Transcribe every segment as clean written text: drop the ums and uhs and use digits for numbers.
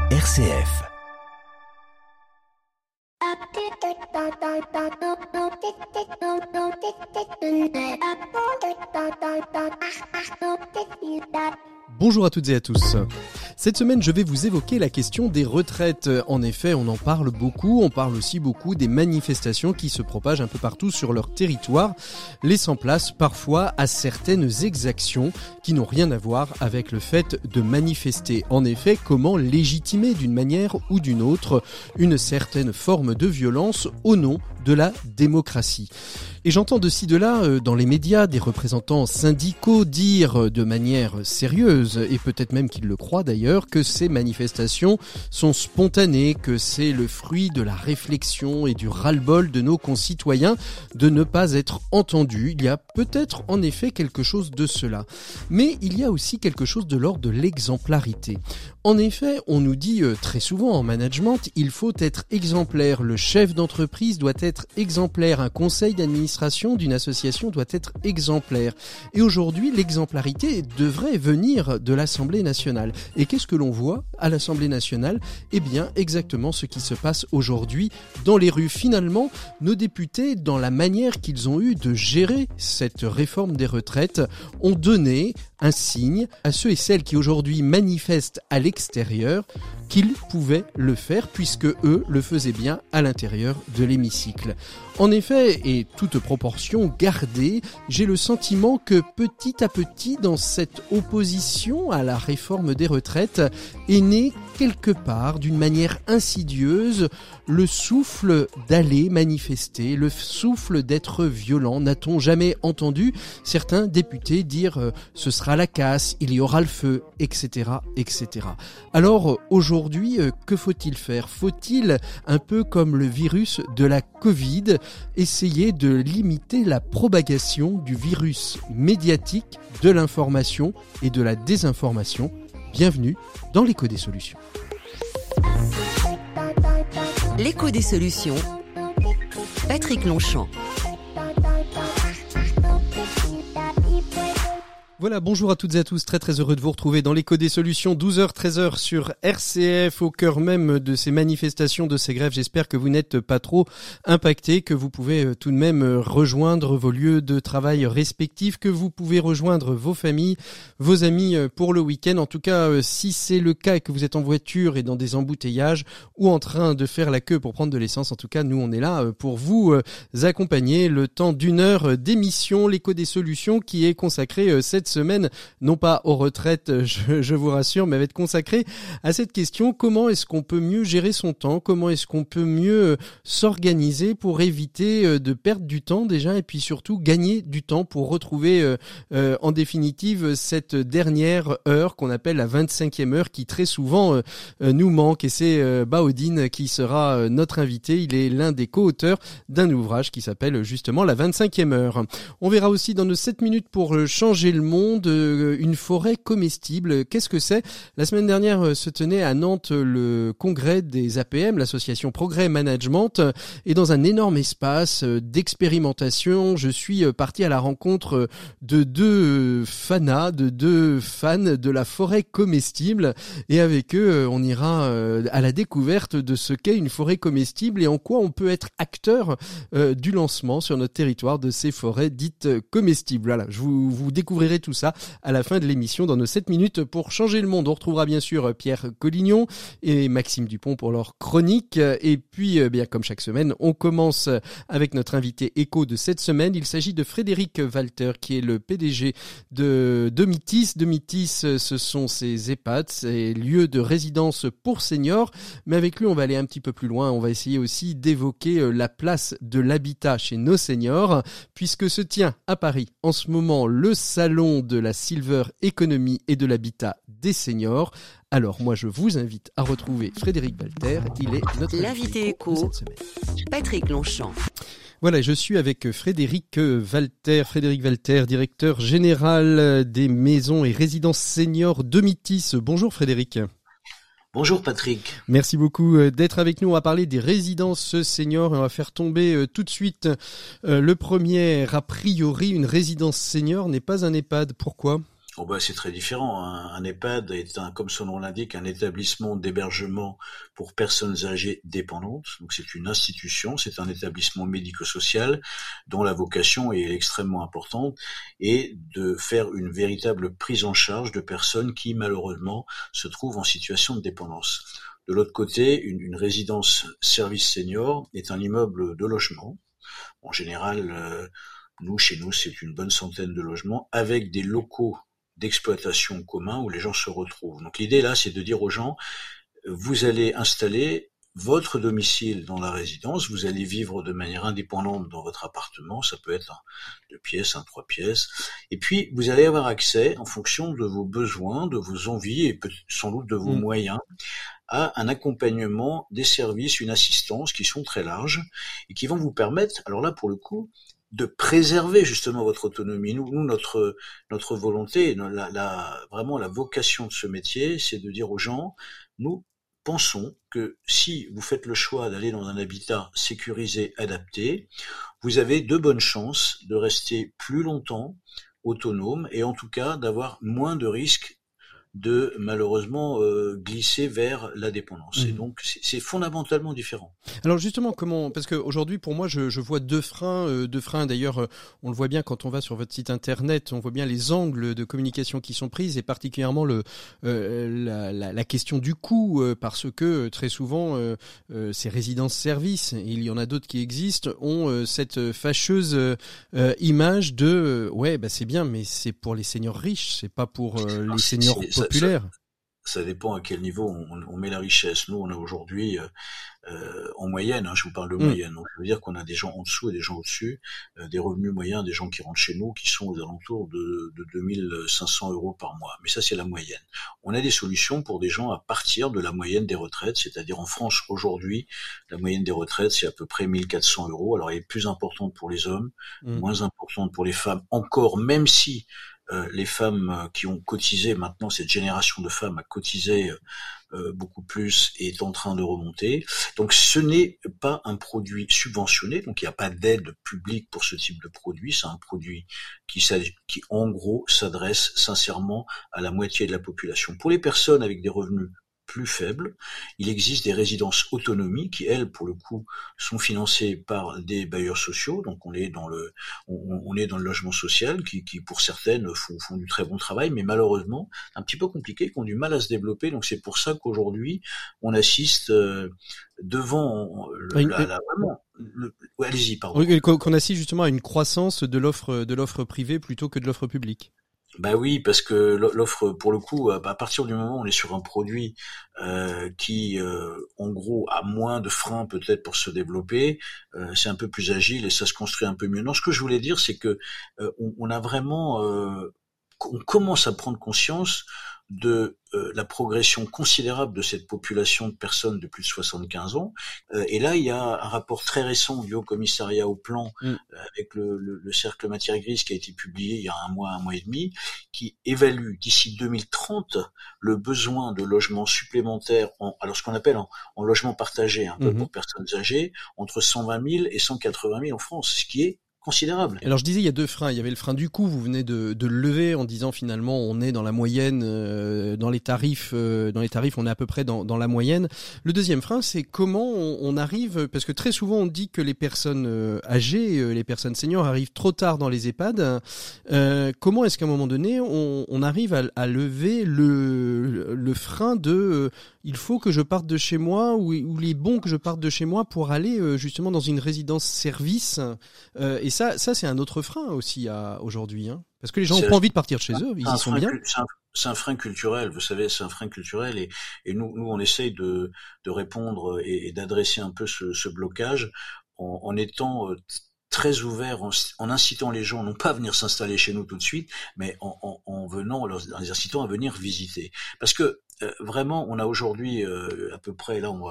RCF. Bonjour à toutes et à tous. Cette semaine, je vais vous évoquer la question des retraites. En effet, on en parle beaucoup. On parle aussi beaucoup des manifestations qui se propagent un peu partout sur leur territoire, laissant place parfois à certaines exactions qui n'ont rien à voir avec le fait de manifester. En effet, comment légitimer d'une manière ou d'une autre une certaine forme de violence au nom de la démocratie. Et j'entends de ci de là, dans les médias, des représentants syndicaux dire de manière sérieuse, et peut-être même qu'ils le croient d'ailleurs, que ces manifestations sont spontanées, que c'est le fruit de la réflexion et du ras-le-bol de nos concitoyens de ne pas être entendus. Il y a peut-être en effet quelque chose de cela. Mais il y a aussi quelque chose de l'ordre de l'exemplarité. En effet, on nous dit très souvent en management, il faut être exemplaire. Le chef d'entreprise doit être exemplaire. Un conseil d'administration d'une association doit être exemplaire. Et aujourd'hui, l'exemplarité devrait venir de l'Assemblée nationale. Et qu'est-ce que l'on voit à l'Assemblée nationale ? Eh bien, exactement ce qui se passe aujourd'hui dans les rues. Finalement, nos députés, dans la manière qu'ils ont eu de gérer cette réforme des retraites, ont donné un signe à ceux et celles qui aujourd'hui manifestent à l'extérieur qu'ils pouvaient le faire puisque eux le faisaient bien à l'intérieur de l'hémicycle. En effet, et toute proportion gardée, j'ai le sentiment que petit à petit, dans cette opposition à la réforme des retraites, est né quelque part, d'une manière insidieuse, le souffle d'aller manifester, le souffle d'être violent. N'a-t-on jamais entendu certains députés dire ce sera la casse, il y aura le feu, etc., etc. Alors aujourd'hui, que faut-il faire ? Faut-il, un peu comme le virus de la Covid, essayer de limiter la propagation du virus médiatique, de l'information et de la désinformation ? Bienvenue dans l'Écho des solutions. L'Écho des solutions. Patrick Longchamp. Voilà, bonjour à toutes et à tous, très heureux de vous retrouver dans l'Écho des solutions, 12h, 13h sur RCF, au cœur même de ces manifestations, de ces grèves. J'espère que vous n'êtes pas trop impactés, que vous pouvez tout de même rejoindre vos lieux de travail respectifs, que vous pouvez rejoindre vos familles, vos amis pour le week-end. En tout cas, si c'est le cas et que vous êtes en voiture et dans des embouteillages ou en train de faire la queue pour prendre de l'essence, en tout cas, nous on est là pour vous accompagner le temps d'une heure d'émission, l'Écho des solutions qui est consacré cette semaine, non pas aux retraites, je vous rassure, mais va être consacrée à cette question: comment est-ce qu'on peut mieux gérer son temps, comment est-ce qu'on peut mieux s'organiser pour éviter de perdre du temps déjà, et puis surtout gagner du temps pour retrouver en définitive cette dernière heure qu'on appelle la 25e heure qui très souvent nous manque. Et c'est Baudine qui sera notre invité. Il est l'un des co-auteurs d'un ouvrage qui s'appelle justement la 25e heure. On verra aussi dans nos 7 minutes pour changer le monde une forêt comestible. Qu'est-ce que c'est ? La semaine dernière se tenait à Nantes le congrès des APM, l'association Progrès Management, et dans un énorme espace d'expérimentation, je suis parti à la rencontre de deux fans de la forêt comestible, et avec eux on ira à la découverte de ce qu'est une forêt comestible et en quoi on peut être acteur du lancement sur notre territoire de ces forêts dites comestibles. Voilà, vous découvrirez tout ça à la fin de l'émission dans nos 7 minutes pour changer le monde. On retrouvera bien sûr Pierre Collignon et Maxime Dupont pour leur chronique. Et puis, bien comme chaque semaine, on commence avec notre invité écho de cette semaine. Il s'agit de Frédéric Walter, qui est le PDG de Domitis. Domitis, ce sont ces EHPAD, ces lieux de résidence pour seniors. Mais avec lui, on va aller un petit peu plus loin. On va essayer aussi d'évoquer la place de l'habitat chez nos seniors, puisque se tient à Paris en ce moment le salon de la Silver Economy et de l'habitat des seniors. Alors moi je vous invite à retrouver Frédéric Walter, il est notre invité écho de cette semaine. Patrick Longchamp. Voilà, je suis avec Frédéric Walter, directeur général des maisons et résidences seniors Domitis. Bonjour Frédéric. Bonjour Patrick. Merci beaucoup d'être avec nous. On va parler des résidences seniors et on va faire tomber tout de suite le premier. A priori, une résidence senior n'est pas un EHPAD. Pourquoi ? Oh bah, c'est très différent. Un EHPAD est comme son nom l'indique, un établissement d'hébergement pour personnes âgées dépendantes. Donc c'est une institution, c'est un établissement médico-social dont la vocation est extrêmement importante et de faire une véritable prise en charge de personnes qui malheureusement se trouvent en situation de dépendance. De l'autre côté, une résidence service senior est un immeuble de logement. En général, chez nous, c'est une bonne centaine de logements avec des locaux d'exploitation commun où les gens se retrouvent. Donc l'idée là, c'est de dire aux gens, vous allez installer votre domicile dans la résidence, vous allez vivre de manière indépendante dans votre appartement, ça peut être un 2 pièces, un 3 pièces, et puis vous allez avoir accès, en fonction de vos besoins, de vos envies et sans doute de vos moyens, à un accompagnement, des services, une assistance qui sont très larges et qui vont vous permettre, alors là pour le coup, de préserver justement votre autonomie. Nous notre volonté, vraiment la vocation de ce métier, c'est de dire aux gens, nous pensons que si vous faites le choix d'aller dans un habitat sécurisé, adapté, vous avez de bonnes chances de rester plus longtemps autonome et en tout cas d'avoir moins de risques de malheureusement glisser vers la dépendance. Et donc c'est fondamentalement différent. Alors justement, parce qu'aujourd'hui pour moi je vois deux freins d'ailleurs on le voit bien quand on va sur votre site internet, on voit bien les angles de communication qui sont prises et particulièrement la question du coût parce que très souvent ces résidences-services, et il y en a d'autres qui existent, ont cette fâcheuse image de c'est bien mais c'est pour les seniors riches, c'est pas pour les seniors populaires. Ça dépend à quel niveau on met la richesse. Nous, on a aujourd'hui, en moyenne, je vous parle de moyenne, donc ça veut dire qu'on a des gens en dessous et des gens au-dessus, des revenus moyens, des gens qui rentrent chez nous, qui sont aux alentours de 2500 € par mois. Mais ça, c'est la moyenne. On a des solutions pour des gens à partir de la moyenne des retraites, c'est-à-dire en France, aujourd'hui, la moyenne des retraites, c'est à peu près 1400 €. Alors, elle est plus importante pour les hommes, moins importante pour les femmes, encore, même si les femmes qui ont cotisé, maintenant cette génération de femmes a cotisé beaucoup plus et est en train de remonter. Donc ce n'est pas un produit subventionné, donc il n'y a pas d'aide publique pour ce type de produit, c'est un produit qui en gros s'adresse sincèrement à la moitié de la population. Pour les personnes avec des revenus plus faibles, il existe des résidences autonomie qui, elles, pour le coup, sont financées par des bailleurs sociaux. Donc on est dans le logement social qui pour certaines font du très bon travail, mais malheureusement un petit peu compliqué, qui ont du mal à se développer. Donc c'est pour ça qu'aujourd'hui on assiste devant allez-y, pardon. Qu'on assiste justement à une croissance de l'offre privée plutôt que de l'offre publique. Bah oui, parce que l'offre, pour le coup, à partir du moment où on est sur un produit qui, en gros, a moins de freins peut-être pour se développer, c'est un peu plus agile et ça se construit un peu mieux. Non, ce que je voulais dire, c'est que on a vraiment, on commence à prendre conscience de la progression considérable de cette population de personnes de plus de 75 ans. Et là, il y a un rapport très récent du Haut Commissariat au Plan avec le Cercle Matière Grise qui a été publié il y a un mois et demi, qui évalue d'ici 2030 le besoin de logements supplémentaires, alors ce qu'on appelle en logement partagé, un peu pour personnes âgées, entre 120 000 et 180 000 en France, ce qui est considérable. Alors je disais, il y a deux freins. Il y avait le frein du coût, vous venez de le lever en disant finalement on est dans la moyenne, dans les tarifs on est à peu près dans la moyenne. Le deuxième frein, c'est comment on arrive, parce que très souvent on dit que les personnes âgées, les personnes seniors arrivent trop tard dans les EHPAD. Comment est-ce qu'à un moment donné on arrive à lever le frein de il faut que je parte de chez moi ou il est bon que je parte de chez moi pour aller justement dans une résidence service et ça c'est un autre frein aussi aujourd'hui, hein, parce que les gens ont pas envie de partir de chez eux, ils y sont bien. C'est un frein culturel, vous savez, c'est un frein culturel et nous on essaye de répondre et d'adresser un peu ce blocage en étant très ouvert, en incitant les gens non pas à venir s'installer chez nous tout de suite, mais en les incitant à venir visiter. Parce que vraiment, on a aujourd'hui à peu près, là on va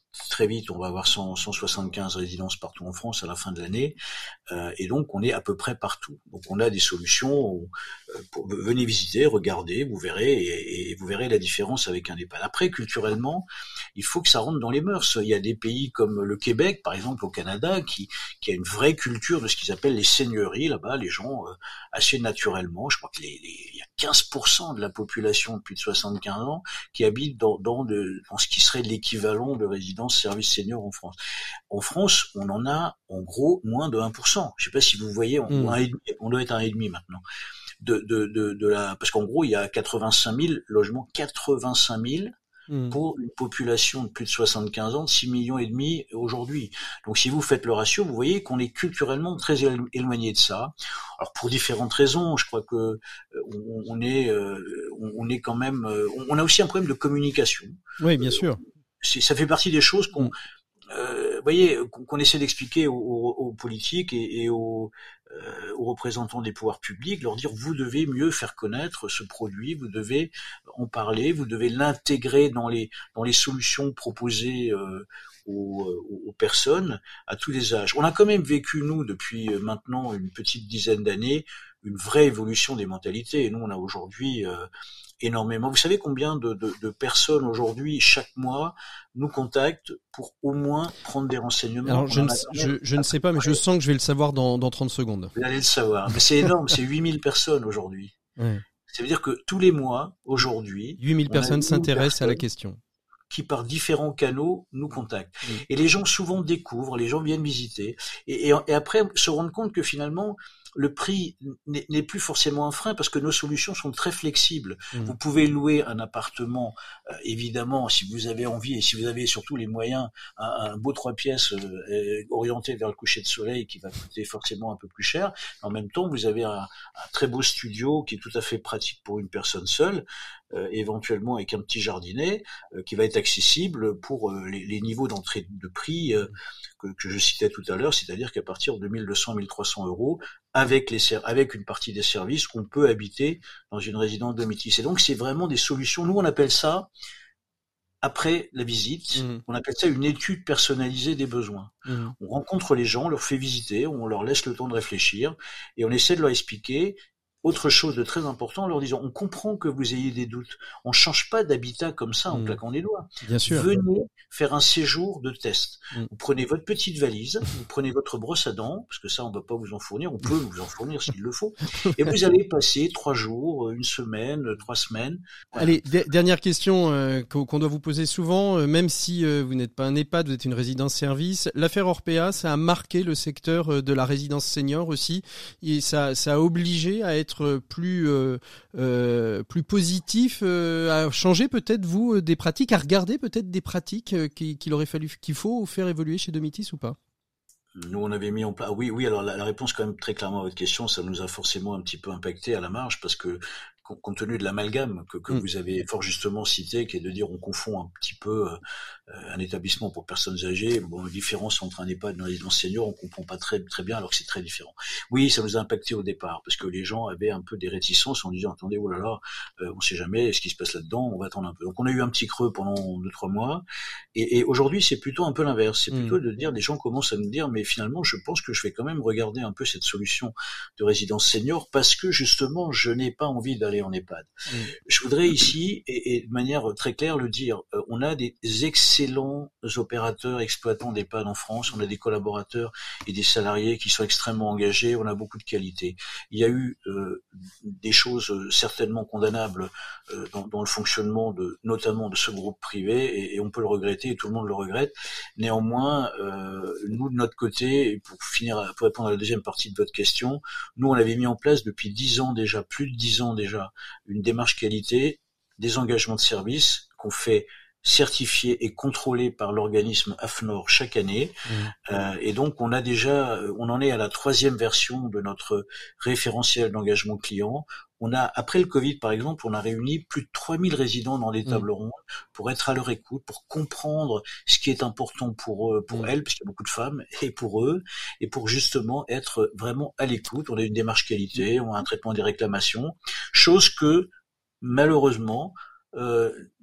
très vite, on va avoir 175 résidences partout en France à la fin de l'année, et donc on est à peu près partout. Donc on a des solutions. Venez visiter, regardez, vous verrez, et vous verrez la différence avec un EHPAD. Après, culturellement, il faut que ça rentre dans les mœurs. Il y a des pays comme le Québec, par exemple, au Canada, qui a une vraie culture de ce qu'ils appellent les seigneuries. Là-bas, les gens assez naturellement, je crois que il y a 15% de la population de plus de 75 ans qui habitent dans ce qui serait l'équivalent de résidence service senior en France. En France, on en a en gros moins de 1%. Je sais pas si vous voyez, on doit être à 1,5 maintenant. Parce qu'en gros, il y a 85 000 logements, 85 000 pour une population de plus de 75 ans, de 6,5 millions aujourd'hui. Donc si vous faites le ratio, vous voyez qu'on est culturellement très éloigné de ça. Alors pour différentes raisons, je crois que on est quand même, on a aussi un problème de communication. Oui, bien sûr. Ça fait partie des choses qu'on essaie d'expliquer aux politiques et aux représentants des pouvoirs publics, leur dire vous devez mieux faire connaître ce produit, vous devez en parler, vous devez l'intégrer dans les solutions proposées aux personnes à tous les âges. On a quand même vécu, nous, depuis maintenant une petite dizaine d'années, une vraie évolution des mentalités. Et nous, on a aujourd'hui énormément. Vous savez combien de personnes aujourd'hui, chaque mois, nous contactent pour au moins prendre des renseignements? Alors, je ne sais pas, mais je sens que je vais le savoir dans 30 secondes. Vous allez le savoir. Mais c'est énorme, c'est 8000 personnes aujourd'hui. Ouais. Ça veut dire que tous les mois, aujourd'hui, 8000 personnes s'intéressent à la question. Qui par différents canaux nous contactent. Et les gens souvent découvrent, les gens viennent visiter, et après se rendent compte que finalement, le prix n'est plus forcément un frein parce que nos solutions sont très flexibles. Vous pouvez louer un appartement, évidemment, si vous avez envie et si vous avez surtout les moyens, un beau 3 pièces orienté vers le coucher de soleil qui va coûter forcément un peu plus cher. En même temps, vous avez un très beau studio qui est tout à fait pratique pour une personne seule, éventuellement avec un petit jardinet, qui va être accessible pour les niveaux d'entrée de prix que je citais tout à l'heure, c'est-à-dire qu'à partir de 1200, 1300 euros, avec une partie des services, on peut habiter dans une résidence domicile. Et donc, c'est vraiment des solutions. Nous, on appelle ça, après la visite, on appelle ça une étude personnalisée des besoins. On rencontre les gens, on leur fait visiter, on leur laisse le temps de réfléchir, et on essaie de leur expliquer autre chose de très important en leur disant on comprend que vous ayez des doutes. On change pas d'habitat comme ça en claquant des doigts. Bien sûr. Venez faire un séjour de test. Vous prenez votre petite valise, vous prenez votre brosse à dents, parce que ça on va pas vous en fournir, on peut vous en fournir s'il le faut. Et vous allez passer 3 jours, 1 semaine, 3 semaines. Voilà. Allez, dernière question qu'on doit vous poser souvent, même si vous n'êtes pas un EHPAD, vous êtes une résidence-service. L'affaire Orpea, ça a marqué le secteur de la résidence senior aussi, et ça a obligé à être plus positif, à changer peut-être vous des pratiques, à regarder peut-être des pratiques qu'il faut faire évoluer chez Domitis ou pas? Nous, on avait mis en place. Oui. Alors la réponse quand même très clairement à votre question, ça nous a forcément un petit peu impacté à la marge parce que compte tenu de l'amalgame que vous avez fort justement cité, qui est de dire on confond un petit peu un établissement pour personnes âgées, bon, la différence entre un EHPAD et une résidence senior, on comprend pas très bien alors que c'est très différent. Oui, ça nous a impacté au départ parce que les gens avaient un peu des réticences en disant attendez, oh là là, on sait jamais ce qui se passe là-dedans, on va attendre un peu. Donc on a eu un petit creux pendant 2-3 mois et aujourd'hui c'est plutôt un peu l'inverse, c'est plutôt de dire, les gens commencent à nous dire mais finalement je pense que je vais quand même regarder un peu cette solution de résidence senior parce que justement je n'ai pas envie d'aller en EHPAD. Je voudrais ici, et de manière très claire, le dire, on a des excellents opérateurs, exploitants d'EHPAD en France, on a des collaborateurs et des salariés qui sont extrêmement engagés, on a beaucoup de qualité. Il y a eu des choses certainement condamnables dans le fonctionnement notamment de ce groupe privé, et on peut le regretter, et tout le monde le regrette. Néanmoins, nous de notre côté, pour répondre à la deuxième partie de votre question, nous on avait mis en place depuis 10 ans déjà, plus de 10 ans déjà, une démarche qualité, des engagements de service qu'on fait certifiés et contrôlés par l'organisme AFNOR chaque année. Et donc on en est à la 3e version de notre référentiel d'engagement client. Après le Covid, par exemple, on a réuni plus de 3000 résidents dans des tables rondes pour être à leur écoute, pour comprendre ce qui est important pour elles, parce qu'il y a beaucoup de femmes, et pour eux, et pour justement être vraiment à l'écoute. On a une démarche qualité, on a un traitement des réclamations, chose que, malheureusement,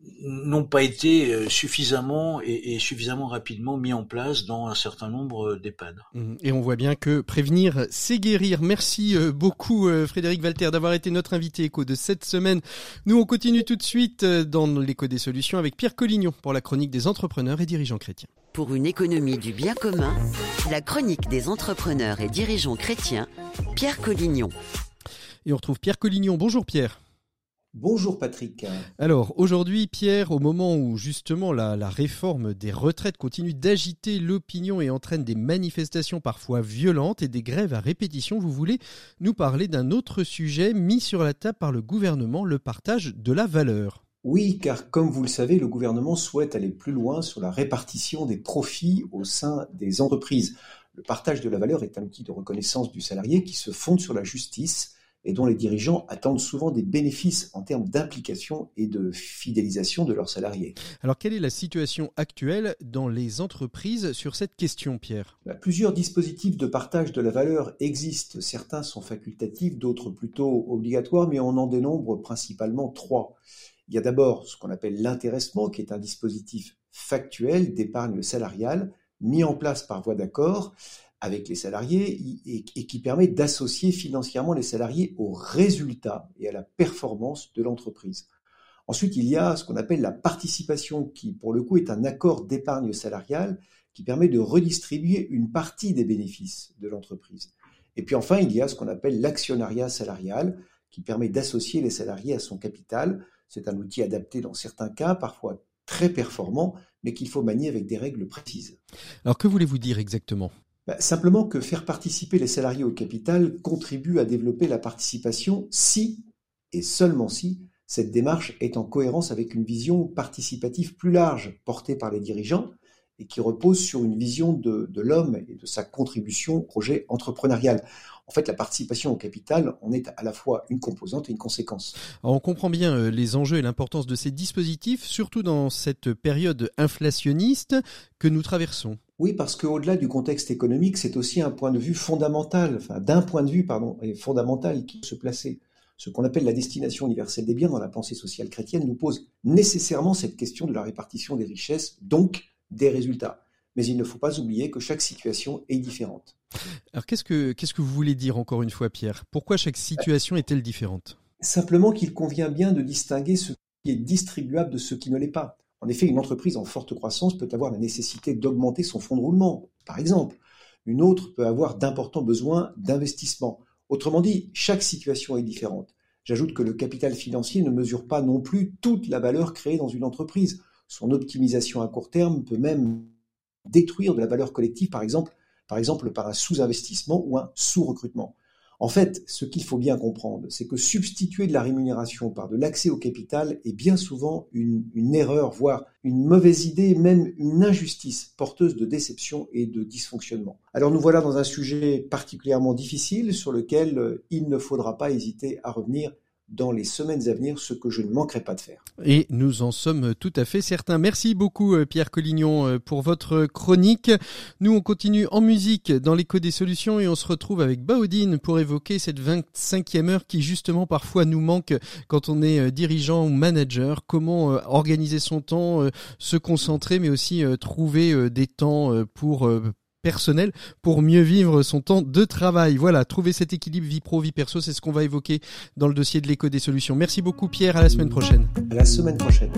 n'ont pas été suffisamment et suffisamment rapidement mis en place dans un certain nombre d'EHPAD. Et on voit bien que prévenir, c'est guérir. Merci beaucoup Frédéric Walter d'avoir été notre invité éco de cette semaine. Nous, on continue tout de suite dans l'éco des solutions avec Pierre Collignon pour la chronique des entrepreneurs et dirigeants chrétiens. Pour une économie du bien commun, la chronique des entrepreneurs et dirigeants chrétiens, Pierre Collignon. Et on retrouve Pierre Collignon. Bonjour Pierre. Bonjour Patrick. Alors aujourd'hui Pierre, au moment où justement la réforme des retraites continue d'agiter l'opinion et entraîne des manifestations parfois violentes et des grèves à répétition, vous voulez nous parler d'un autre sujet mis sur la table par le gouvernement, le partage de la valeur. Oui, car comme vous le savez, le gouvernement souhaite aller plus loin sur la répartition des profits au sein des entreprises. Le partage de la valeur est un outil de reconnaissance du salarié qui se fonde sur la justice et dont les dirigeants attendent souvent des bénéfices en termes d'implication et de fidélisation de leurs salariés. Alors, quelle est la situation actuelle dans les entreprises sur cette question, Pierre ? Plusieurs dispositifs de partage de la valeur existent. Certains sont facultatifs, d'autres plutôt obligatoires, mais on en dénombre principalement 3. Il y a d'abord ce qu'on appelle l'intéressement, qui est un dispositif factuel d'épargne salariale mis en place par voie d'accord avec les salariés et qui permet d'associer financièrement les salariés aux résultats et à la performance de l'entreprise. Ensuite, il y a ce qu'on appelle la participation qui, pour le coup, est un accord d'épargne salariale qui permet de redistribuer une partie des bénéfices de l'entreprise. Et puis enfin, il y a ce qu'on appelle l'actionnariat salarial qui permet d'associer les salariés à son capital. C'est un outil adapté dans certains cas, parfois très performant, mais qu'il faut manier avec des règles précises. Alors, que voulez-vous dire exactement ? Simplement que faire participer les salariés au capital contribue à développer la participation si, et seulement si, cette démarche est en cohérence avec une vision participative plus large portée par les dirigeants et qui repose sur une vision de l'homme et de sa contribution au projet entrepreneurial. En fait, la participation au capital en est à la fois une composante et une conséquence. Alors, on comprend bien les enjeux et l'importance de ces dispositifs, surtout dans cette période inflationniste que nous traversons. Oui, parce qu'au-delà du contexte économique, c'est aussi un point de vue fondamental, d'un point de vue fondamental qui peut se placer. Ce qu'on appelle la destination universelle des biens dans la pensée sociale chrétienne nous pose nécessairement cette question de la répartition des richesses, donc des résultats. Mais il ne faut pas oublier que chaque situation est différente. Alors qu'est-ce que vous voulez dire encore une fois, Pierre ? Pourquoi chaque situation est-elle différente ? Simplement qu'il convient bien de distinguer ce qui est distribuable de ce qui ne l'est pas. En effet, une entreprise en forte croissance peut avoir la nécessité d'augmenter son fonds de roulement, par exemple. Une autre peut avoir d'importants besoins d'investissement. Autrement dit, chaque situation est différente. J'ajoute que le capital financier ne mesure pas non plus toute la valeur créée dans une entreprise. Son optimisation à court terme peut même détruire de la valeur collective, par exemple par un sous-investissement ou un sous-recrutement. En fait, ce qu'il faut bien comprendre, c'est que substituer de la rémunération par de l'accès au capital est bien souvent une erreur, voire une mauvaise idée, même une injustice porteuse de déception et de dysfonctionnement. Alors nous voilà dans un sujet particulièrement difficile sur lequel il ne faudra pas hésiter à revenir dans les semaines à venir, ce que je ne manquerai pas de faire. Et nous en sommes tout à fait certains. Merci beaucoup Pierre Collignon pour votre chronique. Nous on continue en musique dans l'écho des solutions et on se retrouve avec Baudine pour évoquer cette 25e heure qui justement parfois nous manque quand on est dirigeant ou manager. Comment organiser son temps, se concentrer mais aussi trouver des temps pour personnel pour mieux vivre son temps de travail. Voilà, trouver cet équilibre vie pro, vie perso, c'est ce qu'on va évoquer dans le dossier de l'écho des solutions. Merci beaucoup Pierre, à la semaine prochaine. À la semaine prochaine.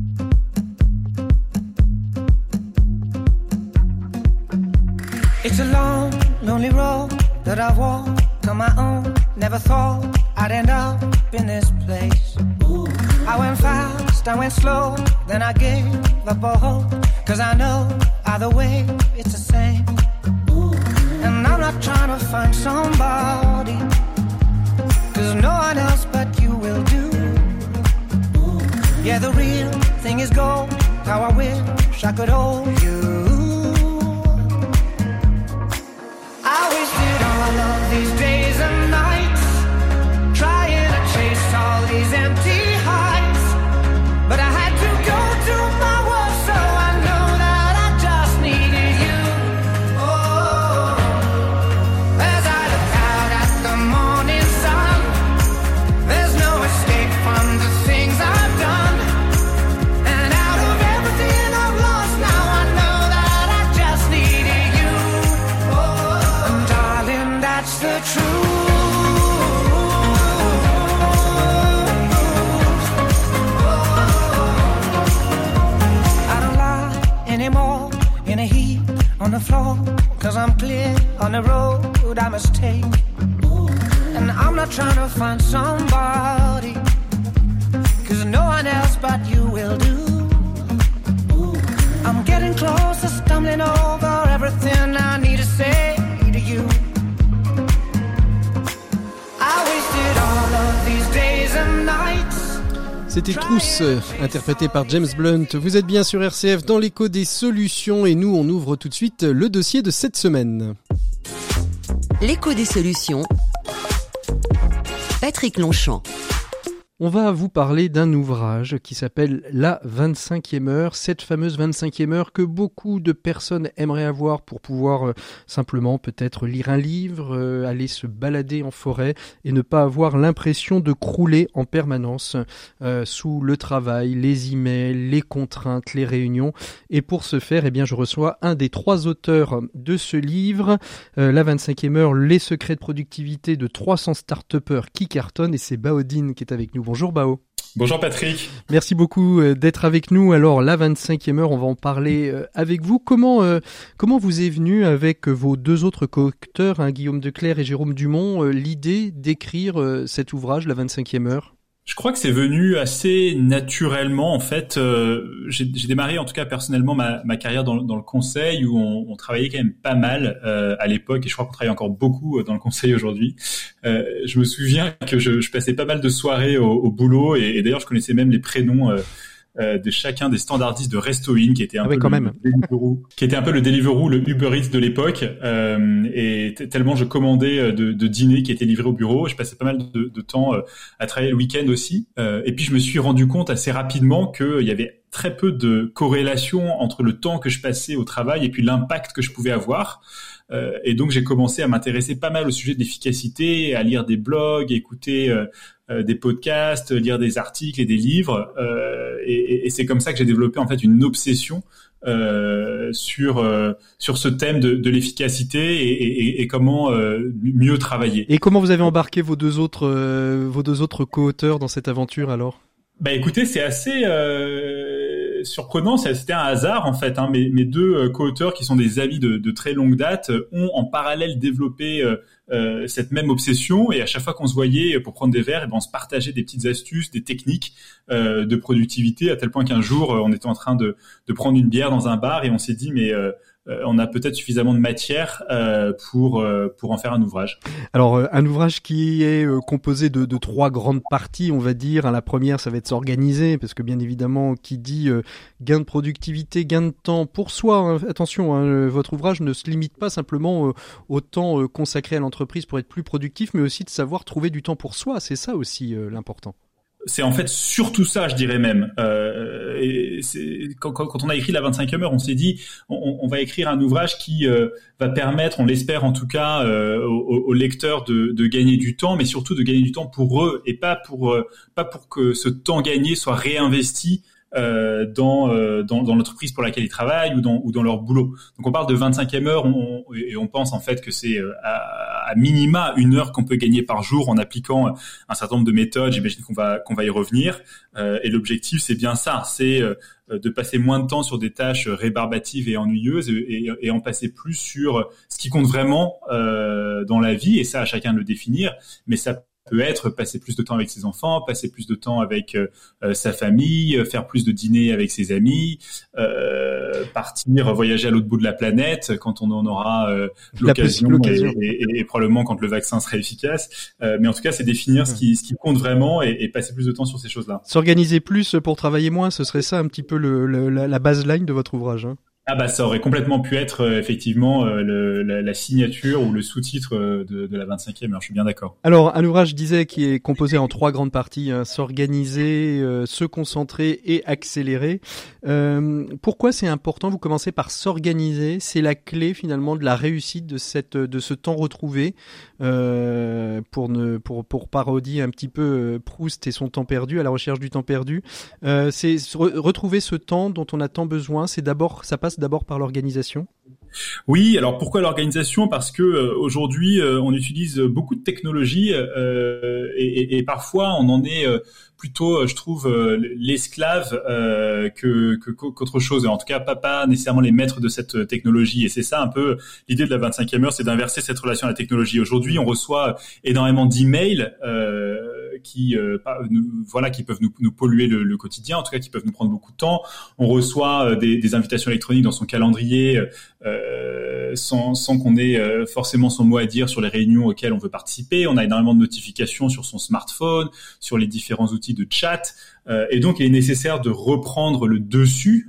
It's a long, lonely road that I walk on my own. Never thought I'd end up in this place. I went fast, I went slow, then I gave up all hope. Cause I know either way it's the same. And I'm not trying to find somebody, cause no one else but you will do. Yeah, the real thing is gold, how I wish I could hold you. I wasted all of these days and nights trying to chase all these empty heights, but I had to go to my world, so I know that I just needed you. Oh, as I look out at the morning sun, there's no escape from the things I've done, and I on the floor, 'cause I'm clear on the road I must take. And I'm not trying to find somebody, 'cause no one else but you will do. I'm getting closer, stumbling over everything I need to say to you. I wasted all of these days and nights. C'était Trousse, interprété par James Blunt. Vous êtes bien sur RCF dans l'écho des solutions et nous on ouvre tout de suite le dossier de cette semaine. L'écho des solutions. Patrick Longchamp. On va vous parler d'un ouvrage qui s'appelle La 25e heure, cette fameuse 25e heure que beaucoup de personnes aimeraient avoir pour pouvoir simplement peut-être lire un livre, aller se balader en forêt et ne pas avoir l'impression de crouler en permanence sous le travail, les emails, les contraintes, les réunions. Et pour ce faire, eh bien, je reçois un des 3 auteurs de ce livre, La 25e heure, les secrets de productivité de 300 start-upers qui cartonnent, et c'est Baodine qui est avec nous. Bonjour Bao. Bonjour Patrick. Merci beaucoup d'être avec nous. Alors la 25e heure, on va en parler avec vous. Comment vous est venue avec vos 2 autres co-auteurs, Guillaume Declercq et Jérôme Dumont, l'idée d'écrire cet ouvrage, la 25e heure ? Je crois que c'est venu assez naturellement. En fait, j'ai démarré, en tout cas personnellement, ma carrière dans le conseil, où on travaillait quand même pas mal à l'époque, et je crois qu'on travaille encore beaucoup dans le conseil aujourd'hui. Je me souviens que je passais pas mal de soirées au boulot, et d'ailleurs je connaissais même les prénoms de chacun des standardistes de Resto-In, qui était un peu le Deliveroo, le Uber Eats de l'époque, et tellement je commandais de dîners qui étaient livrés au bureau. Je passais pas mal de temps à travailler le week-end aussi, et puis je me suis rendu compte assez rapidement qu'il y avait très peu de corrélation entre le temps que je passais au travail et puis l'impact que je pouvais avoir. Et donc j'ai commencé à m'intéresser pas mal au sujet de l'efficacité, à lire des blogs, écouter des podcasts, lire des articles et des livres, et c'est comme ça que j'ai développé en fait une obsession sur ce thème de l'efficacité et comment mieux travailler. Et comment vous avez embarqué vos deux autres co-auteurs dans cette aventure alors ? Bah écoutez, c'est assez surprenant, c'était un hasard en fait. Mes 2 co-auteurs, qui sont des amis de très longue date, ont en parallèle développé cette même obsession, et à chaque fois qu'on se voyait pour prendre des verres, on se partageait des petites astuces, des techniques de productivité, à tel point qu'un jour on était en train de prendre une bière dans un bar et on s'est dit mais on a peut-être suffisamment de matière pour en faire un ouvrage. Alors un ouvrage qui est composé de 3 grandes parties, on va dire. La première, ça va être s'organiser, parce que bien évidemment, qui dit gain de productivité, gain de temps pour soi, attention, votre ouvrage ne se limite pas simplement au temps consacré à l'entreprise pour être plus productif, mais aussi de savoir trouver du temps pour soi. C'est ça aussi l'important. C'est en fait surtout ça, je dirais même. Et quand on a écrit la 25e heure, on s'est dit on va écrire un ouvrage qui va permettre, on l'espère en tout cas, aux lecteurs de gagner du temps, mais surtout de gagner du temps pour eux, et pas pour que ce temps gagné soit réinvesti dans l'entreprise pour laquelle ils travaillent ou dans leur boulot. Donc on parle de 25e heure, et on pense en fait que c'est à minima 1 heure qu'on peut gagner par jour en appliquant un certain nombre de méthodes. J'imagine qu'on va y revenir. Et l'objectif, c'est bien ça, c'est de passer moins de temps sur des tâches rébarbatives et ennuyeuses, et en passer plus sur ce qui compte vraiment dans la vie, et ça à chacun de le définir, mais ça peut être passer plus de temps avec ses enfants, passer plus de temps avec sa famille, faire plus de dîners avec ses amis, partir voyager à l'autre bout de la planète quand on en aura l'occasion. Et probablement quand le vaccin sera efficace. Mais en tout cas, c'est définir ce qui compte vraiment, et passer plus de temps sur ces choses-là. S'organiser plus pour travailler moins, ce serait ça un petit peu la baseline de votre ouvrage, hein. Ah bah ça aurait complètement pu être effectivement la signature ou le sous-titre de la 25e heure, je suis bien d'accord. Alors un ouvrage, je disais, qui est composé en 3 grandes parties, s'organiser, se concentrer et accélérer. Pourquoi c'est important ? Vous commencez par s'organiser, c'est la clé finalement de la réussite de ce temps retrouvé, pour parodier un petit peu Proust et son temps perdu, à la recherche du temps perdu. C'est retrouver ce temps dont on a tant besoin, ça passe d'abord par l'organisation. Oui, alors pourquoi l'organisation ? Parce que aujourd'hui, on utilise beaucoup de technologies et parfois on en est plutôt, je trouve, l'esclave qu'autre chose. Et en tout cas, pas nécessairement les maîtres de cette technologie. Et c'est ça un peu l'idée de la 25e heure, c'est d'inverser cette relation à la technologie. Aujourd'hui, on reçoit énormément d'emails qui peuvent nous polluer le quotidien, en tout cas qui peuvent nous prendre beaucoup de temps. On reçoit des invitations électroniques dans son calendrier sans qu'on ait forcément son mot à dire sur les réunions auxquelles on veut participer. On a énormément de notifications sur son smartphone, sur les différents outils de chat. Et donc, il est nécessaire de reprendre le dessus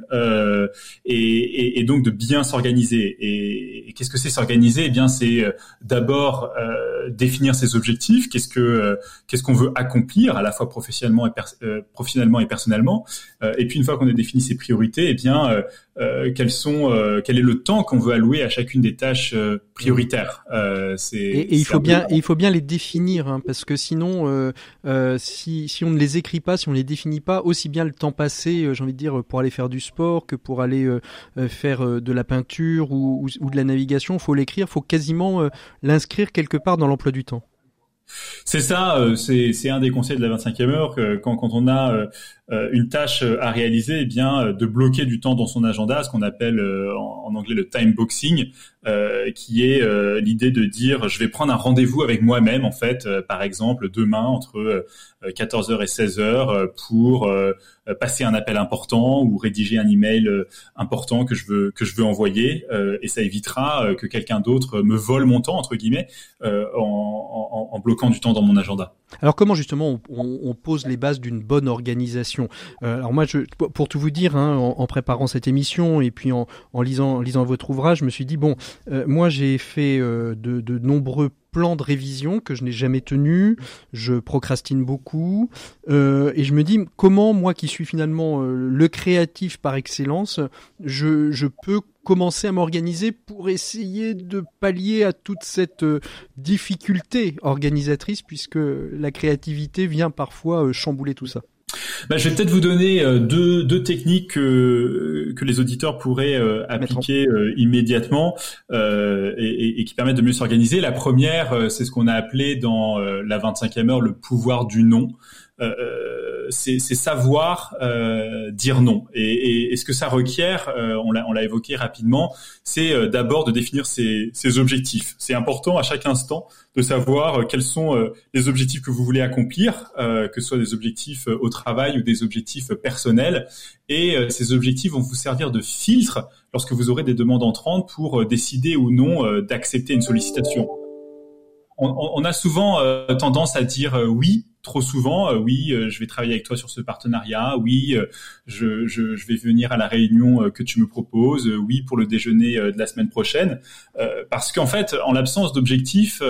et donc de bien s'organiser. Et qu'est-ce que c'est s'organiser ? Eh bien, c'est d'abord définir ses objectifs. Qu'est-ce qu'on veut accomplir à la fois professionnellement et personnellement. Et puis, une fois qu'on a défini ses priorités, eh bien, quel est le temps qu'on veut allouer à chacune des tâches prioritaires. Il faut bien les définir, hein, parce que sinon, si on ne les écrit pas, si on les définit pas, aussi bien le temps passé, j'ai envie de dire, pour aller faire du sport que pour aller faire de la peinture ou de la navigation, faut l'écrire, faut quasiment l'inscrire quelque part dans l'emploi du temps. C'est ça, c'est un des conseils de la 25e heure, que quand on a une tâche à réaliser, eh bien de bloquer du temps dans son agenda, ce qu'on appelle en anglais le time boxing, qui est l'idée de dire je vais prendre un rendez-vous avec moi-même en fait, par exemple demain entre 14h et 16h pour passer un appel important ou rédiger un email important que je veux envoyer, et ça évitera que quelqu'un d'autre me vole mon temps entre guillemets en bloquant du temps dans mon agenda. Alors comment justement on pose les bases d'une bonne organisation ? Alors moi, pour tout vous dire, hein, en préparant cette émission et puis en lisant votre ouvrage, je me suis dit moi j'ai fait de nombreux plans de révision que je n'ai jamais tenus, je procrastine beaucoup, et je me dis comment moi qui suis finalement le créatif par excellence, je peux commencer à m'organiser pour essayer de pallier à toute cette difficulté organisatrice, puisque la créativité vient parfois chambouler tout ça. Je vais peut-être vous donner deux techniques que les auditeurs pourraient appliquer immédiatement et qui permettent de mieux s'organiser. La première, c'est ce qu'on a appelé dans la 25e heure le pouvoir du non. C'est savoir dire non. Et ce que ça requiert, on l'a évoqué rapidement, c'est d'abord de définir ses objectifs. C'est important à chaque instant de savoir quels sont les objectifs que vous voulez accomplir, que ce soit des objectifs au travail ou des objectifs personnels. Et ces objectifs vont vous servir de filtre lorsque vous aurez des demandes entrantes pour décider ou non d'accepter une sollicitation. On a souvent tendance à dire oui, trop souvent, oui, je vais travailler avec toi sur ce partenariat, oui, je vais venir à la réunion que tu me proposes, oui, pour le déjeuner de la semaine prochaine, parce qu'en fait, en l'absence d'objectifs,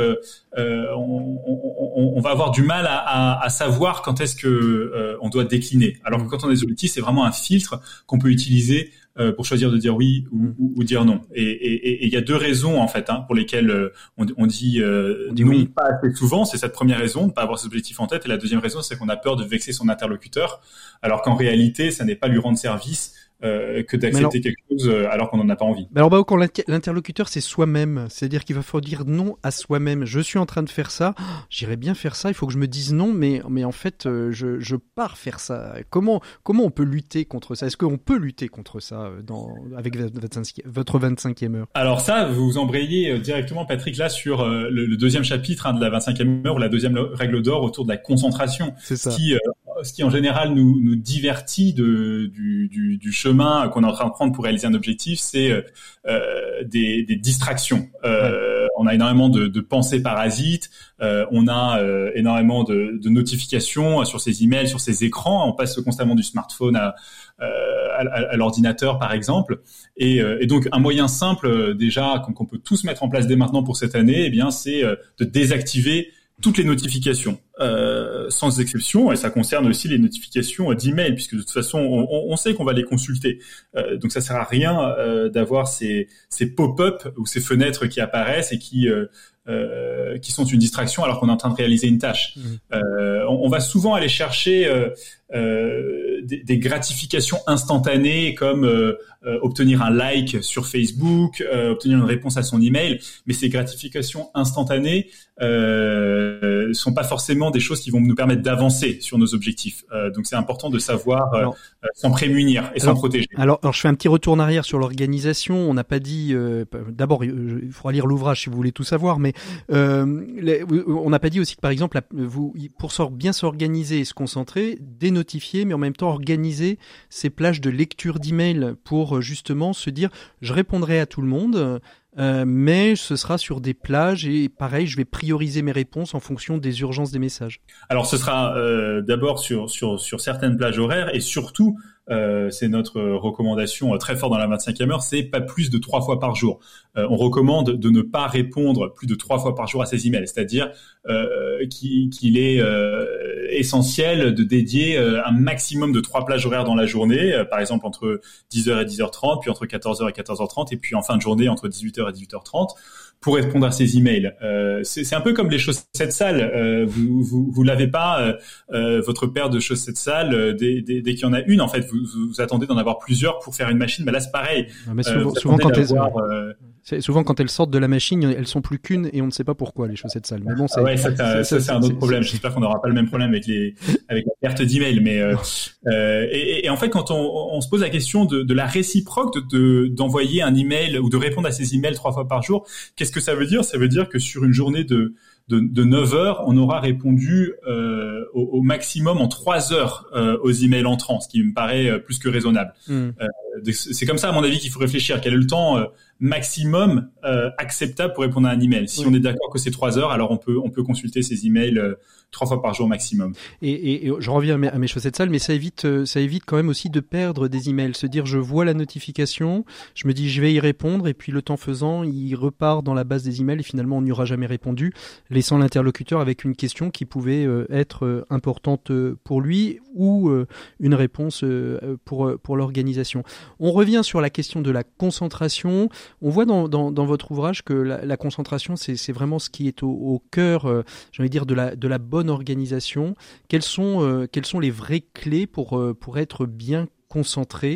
on va avoir du mal à savoir quand est-ce que on doit décliner. Alors que quand on a des objectifs, c'est vraiment un filtre qu'on peut utiliser pour choisir de dire oui ou dire non. Et il y a deux raisons en fait pour lesquelles on dit non oui. Pas assez souvent. C'est cette première raison, de pas avoir ses objectifs en tête, et la deuxième raison, c'est qu'on a peur de vexer son interlocuteur, alors qu'en réalité, ça n'est pas lui rendre service que d'accepter quelque chose alors qu'on n'en a pas envie. Alors quand l'interlocuteur c'est soi-même, c'est-à-dire qu'il va falloir dire non à soi-même. Je suis en train de faire ça, j'irais bien faire ça, il faut que je me dise non, mais en fait je pars faire ça. Comment on peut lutter contre ça ? Est-ce qu'on peut lutter contre ça avec votre 25e heure ? Alors ça, vous embrayez directement, Patrick, là sur le deuxième chapitre de la 25e heure, ou la deuxième règle d'or autour de la concentration. C'est ça. Ce qui en général nous divertit du chemin qu'on est en train de prendre pour réaliser un objectif, c'est des distractions. On a énormément de pensées parasites, on a énormément de notifications sur ses emails, sur ses écrans. On passe constamment du smartphone à l'ordinateur, par exemple. Et donc, un moyen simple déjà qu'on peut tous mettre en place dès maintenant pour cette année, eh bien, c'est de désactiver toutes les notifications, sans exception, et ça concerne aussi les notifications d'email, puisque de toute façon, on sait qu'on va les consulter. Donc ça sert à rien d'avoir ces pop-up ou ces fenêtres qui apparaissent et qui sont une distraction alors qu'on est en train de réaliser une tâche. On va souvent aller chercher des gratifications instantanées comme obtenir un like sur Facebook, obtenir une réponse à son email, mais ces gratifications instantanées sont pas forcément des choses qui vont nous permettre d'avancer sur nos objectifs. Donc c'est important de savoir s'en prémunir et s'en protéger. Alors je fais un petit retour en arrière sur l'organisation. On n'a pas dit d'abord il faudra lire l'ouvrage si vous voulez tout savoir, mais on n'a pas dit aussi que par exemple pour bien s'organiser et se concentrer, dénotifier, mais en même temps organiser ces plages de lecture d'email pour justement se dire je répondrai à tout le monde. Mais ce sera sur des plages et pareil, je vais prioriser mes réponses en fonction des urgences des messages. Alors ce sera d'abord sur certaines plages horaires et surtout c'est notre recommandation très forte dans la 25e heure, c'est pas plus de 3 fois par jour. On recommande de ne pas répondre plus de 3 fois par jour à ces emails, c'est-à-dire qu'il est essentiel de dédier un maximum de 3 plages horaires dans la journée, par exemple entre 10h et 10h30, puis entre 14h et 14h30, et puis en fin de journée entre 18h et 18h30, pour répondre à ces emails. C'est un peu comme les chaussettes sales. Vous lavez pas votre paire de chaussettes sales dès qu'il y en a une. En fait, vous attendez d'en avoir plusieurs pour faire une machine. Mais là, c'est pareil. Non, mais souvent, quand elles sortent de la machine, elles sont plus qu'une et on ne sait pas pourquoi les chaussettes sales. Mais bon, ça c'est un autre problème. J'espère qu'on n'aura pas le même problème avec la perte d'emails. Mais et en fait, quand on se pose la question de la réciproque d'envoyer un email ou de répondre à ces emails 3 fois par jour, qu'est-ce que ça veut dire ? Ça veut dire que sur une journée de 9 heures, on aura répondu au maximum en 3 heures aux emails entrants, ce qui me paraît plus que raisonnable. C'est comme ça, à mon avis, qu'il faut réfléchir. Quel est le temps maximum acceptable pour répondre à un email ? Si on est d'accord que c'est 3 heures, alors on peut consulter ces emails 3 fois par jour maximum. Et je reviens à mes chaussettes sales, mais ça évite quand même aussi de perdre des emails. Se dire, je vois la notification, je me dis, je vais y répondre, et puis le temps faisant, il repart dans la base des emails, et finalement, on n'y aura jamais répondu, laissant l'interlocuteur avec une question qui pouvait être importante pour lui, ou une réponse pour l'organisation. On revient sur la question de la concentration. On voit dans votre ouvrage que la concentration, c'est vraiment ce qui est au cœur, j'ai envie de dire, de la bonne organisation. Quelles sont les vraies clés pour être bien concentré ?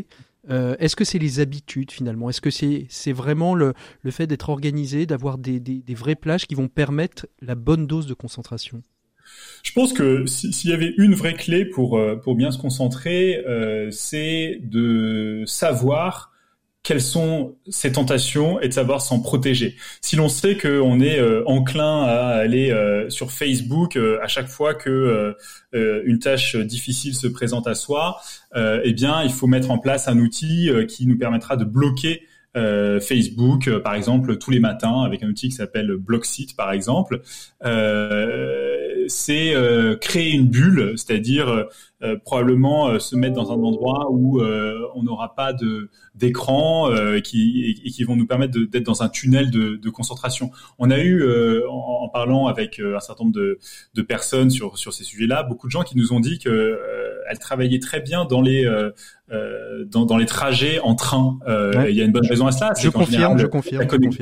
Est-ce que c'est les habitudes finalement ? Est-ce que c'est vraiment le fait d'être organisé, d'avoir des vraies plages qui vont permettre la bonne dose de concentration ? Je pense que s'il y avait une vraie clé pour bien se concentrer, c'est de savoir quelles sont ces tentations et de savoir s'en protéger. Si l'on sait qu'on est enclin à aller sur Facebook à chaque fois que une tâche difficile se présente à soi, eh bien, il faut mettre en place un outil qui nous permettra de bloquer Facebook, par exemple, tous les matins, avec un outil qui s'appelle Blocksit, par exemple. C'est créer une bulle, c'est-à-dire probablement se mettre dans un endroit où on n'aura pas d'écran qui vont nous permettre d'être dans un tunnel de concentration. On a eu, en parlant avec un certain nombre de personnes sur ces sujets-là, beaucoup de gens qui nous ont dit que elles travaillaient très bien dans les trajets en train. Ouais. Il y a une bonne raison à cela. Je confirme. Pardon ?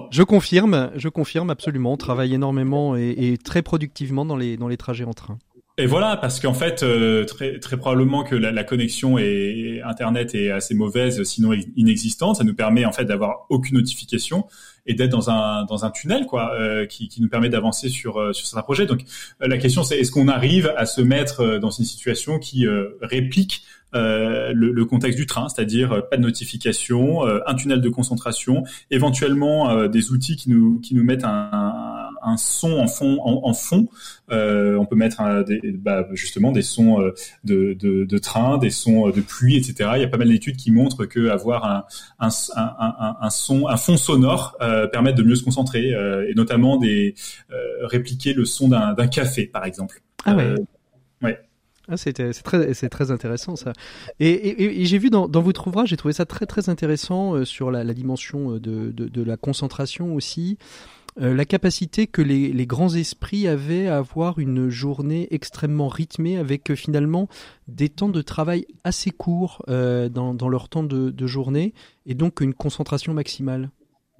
Je confirme absolument. On travaille énormément et très productivement dans les trajets en train. Et voilà, parce qu'en fait, très, très probablement que la connexion Internet est assez mauvaise, sinon inexistante. Ça nous permet en fait d'avoir aucune notification et d'être dans un tunnel, quoi, qui nous permet d'avancer sur certains projets. Donc, la question c'est est-ce qu'on arrive à se mettre dans une situation qui réplique le contexte du train, c'est-à-dire pas de notification, un tunnel de concentration, éventuellement des outils qui nous mettent un son en fond. On peut mettre justement des sons de train, des sons de pluie, etc. Il y a pas mal d'études qui montrent que avoir un fond sonore permet de mieux se concentrer, et notamment répliquer le son d'un café, par exemple. Ah ouais. Ouais. Ah, c'est très intéressant ça. Et j'ai vu dans votre ouvrage, j'ai trouvé ça très très intéressant sur la dimension de la concentration aussi. La capacité que les grands esprits avaient à avoir une journée extrêmement rythmée avec finalement des temps de travail assez courts dans leur temps de journée et donc une concentration maximale.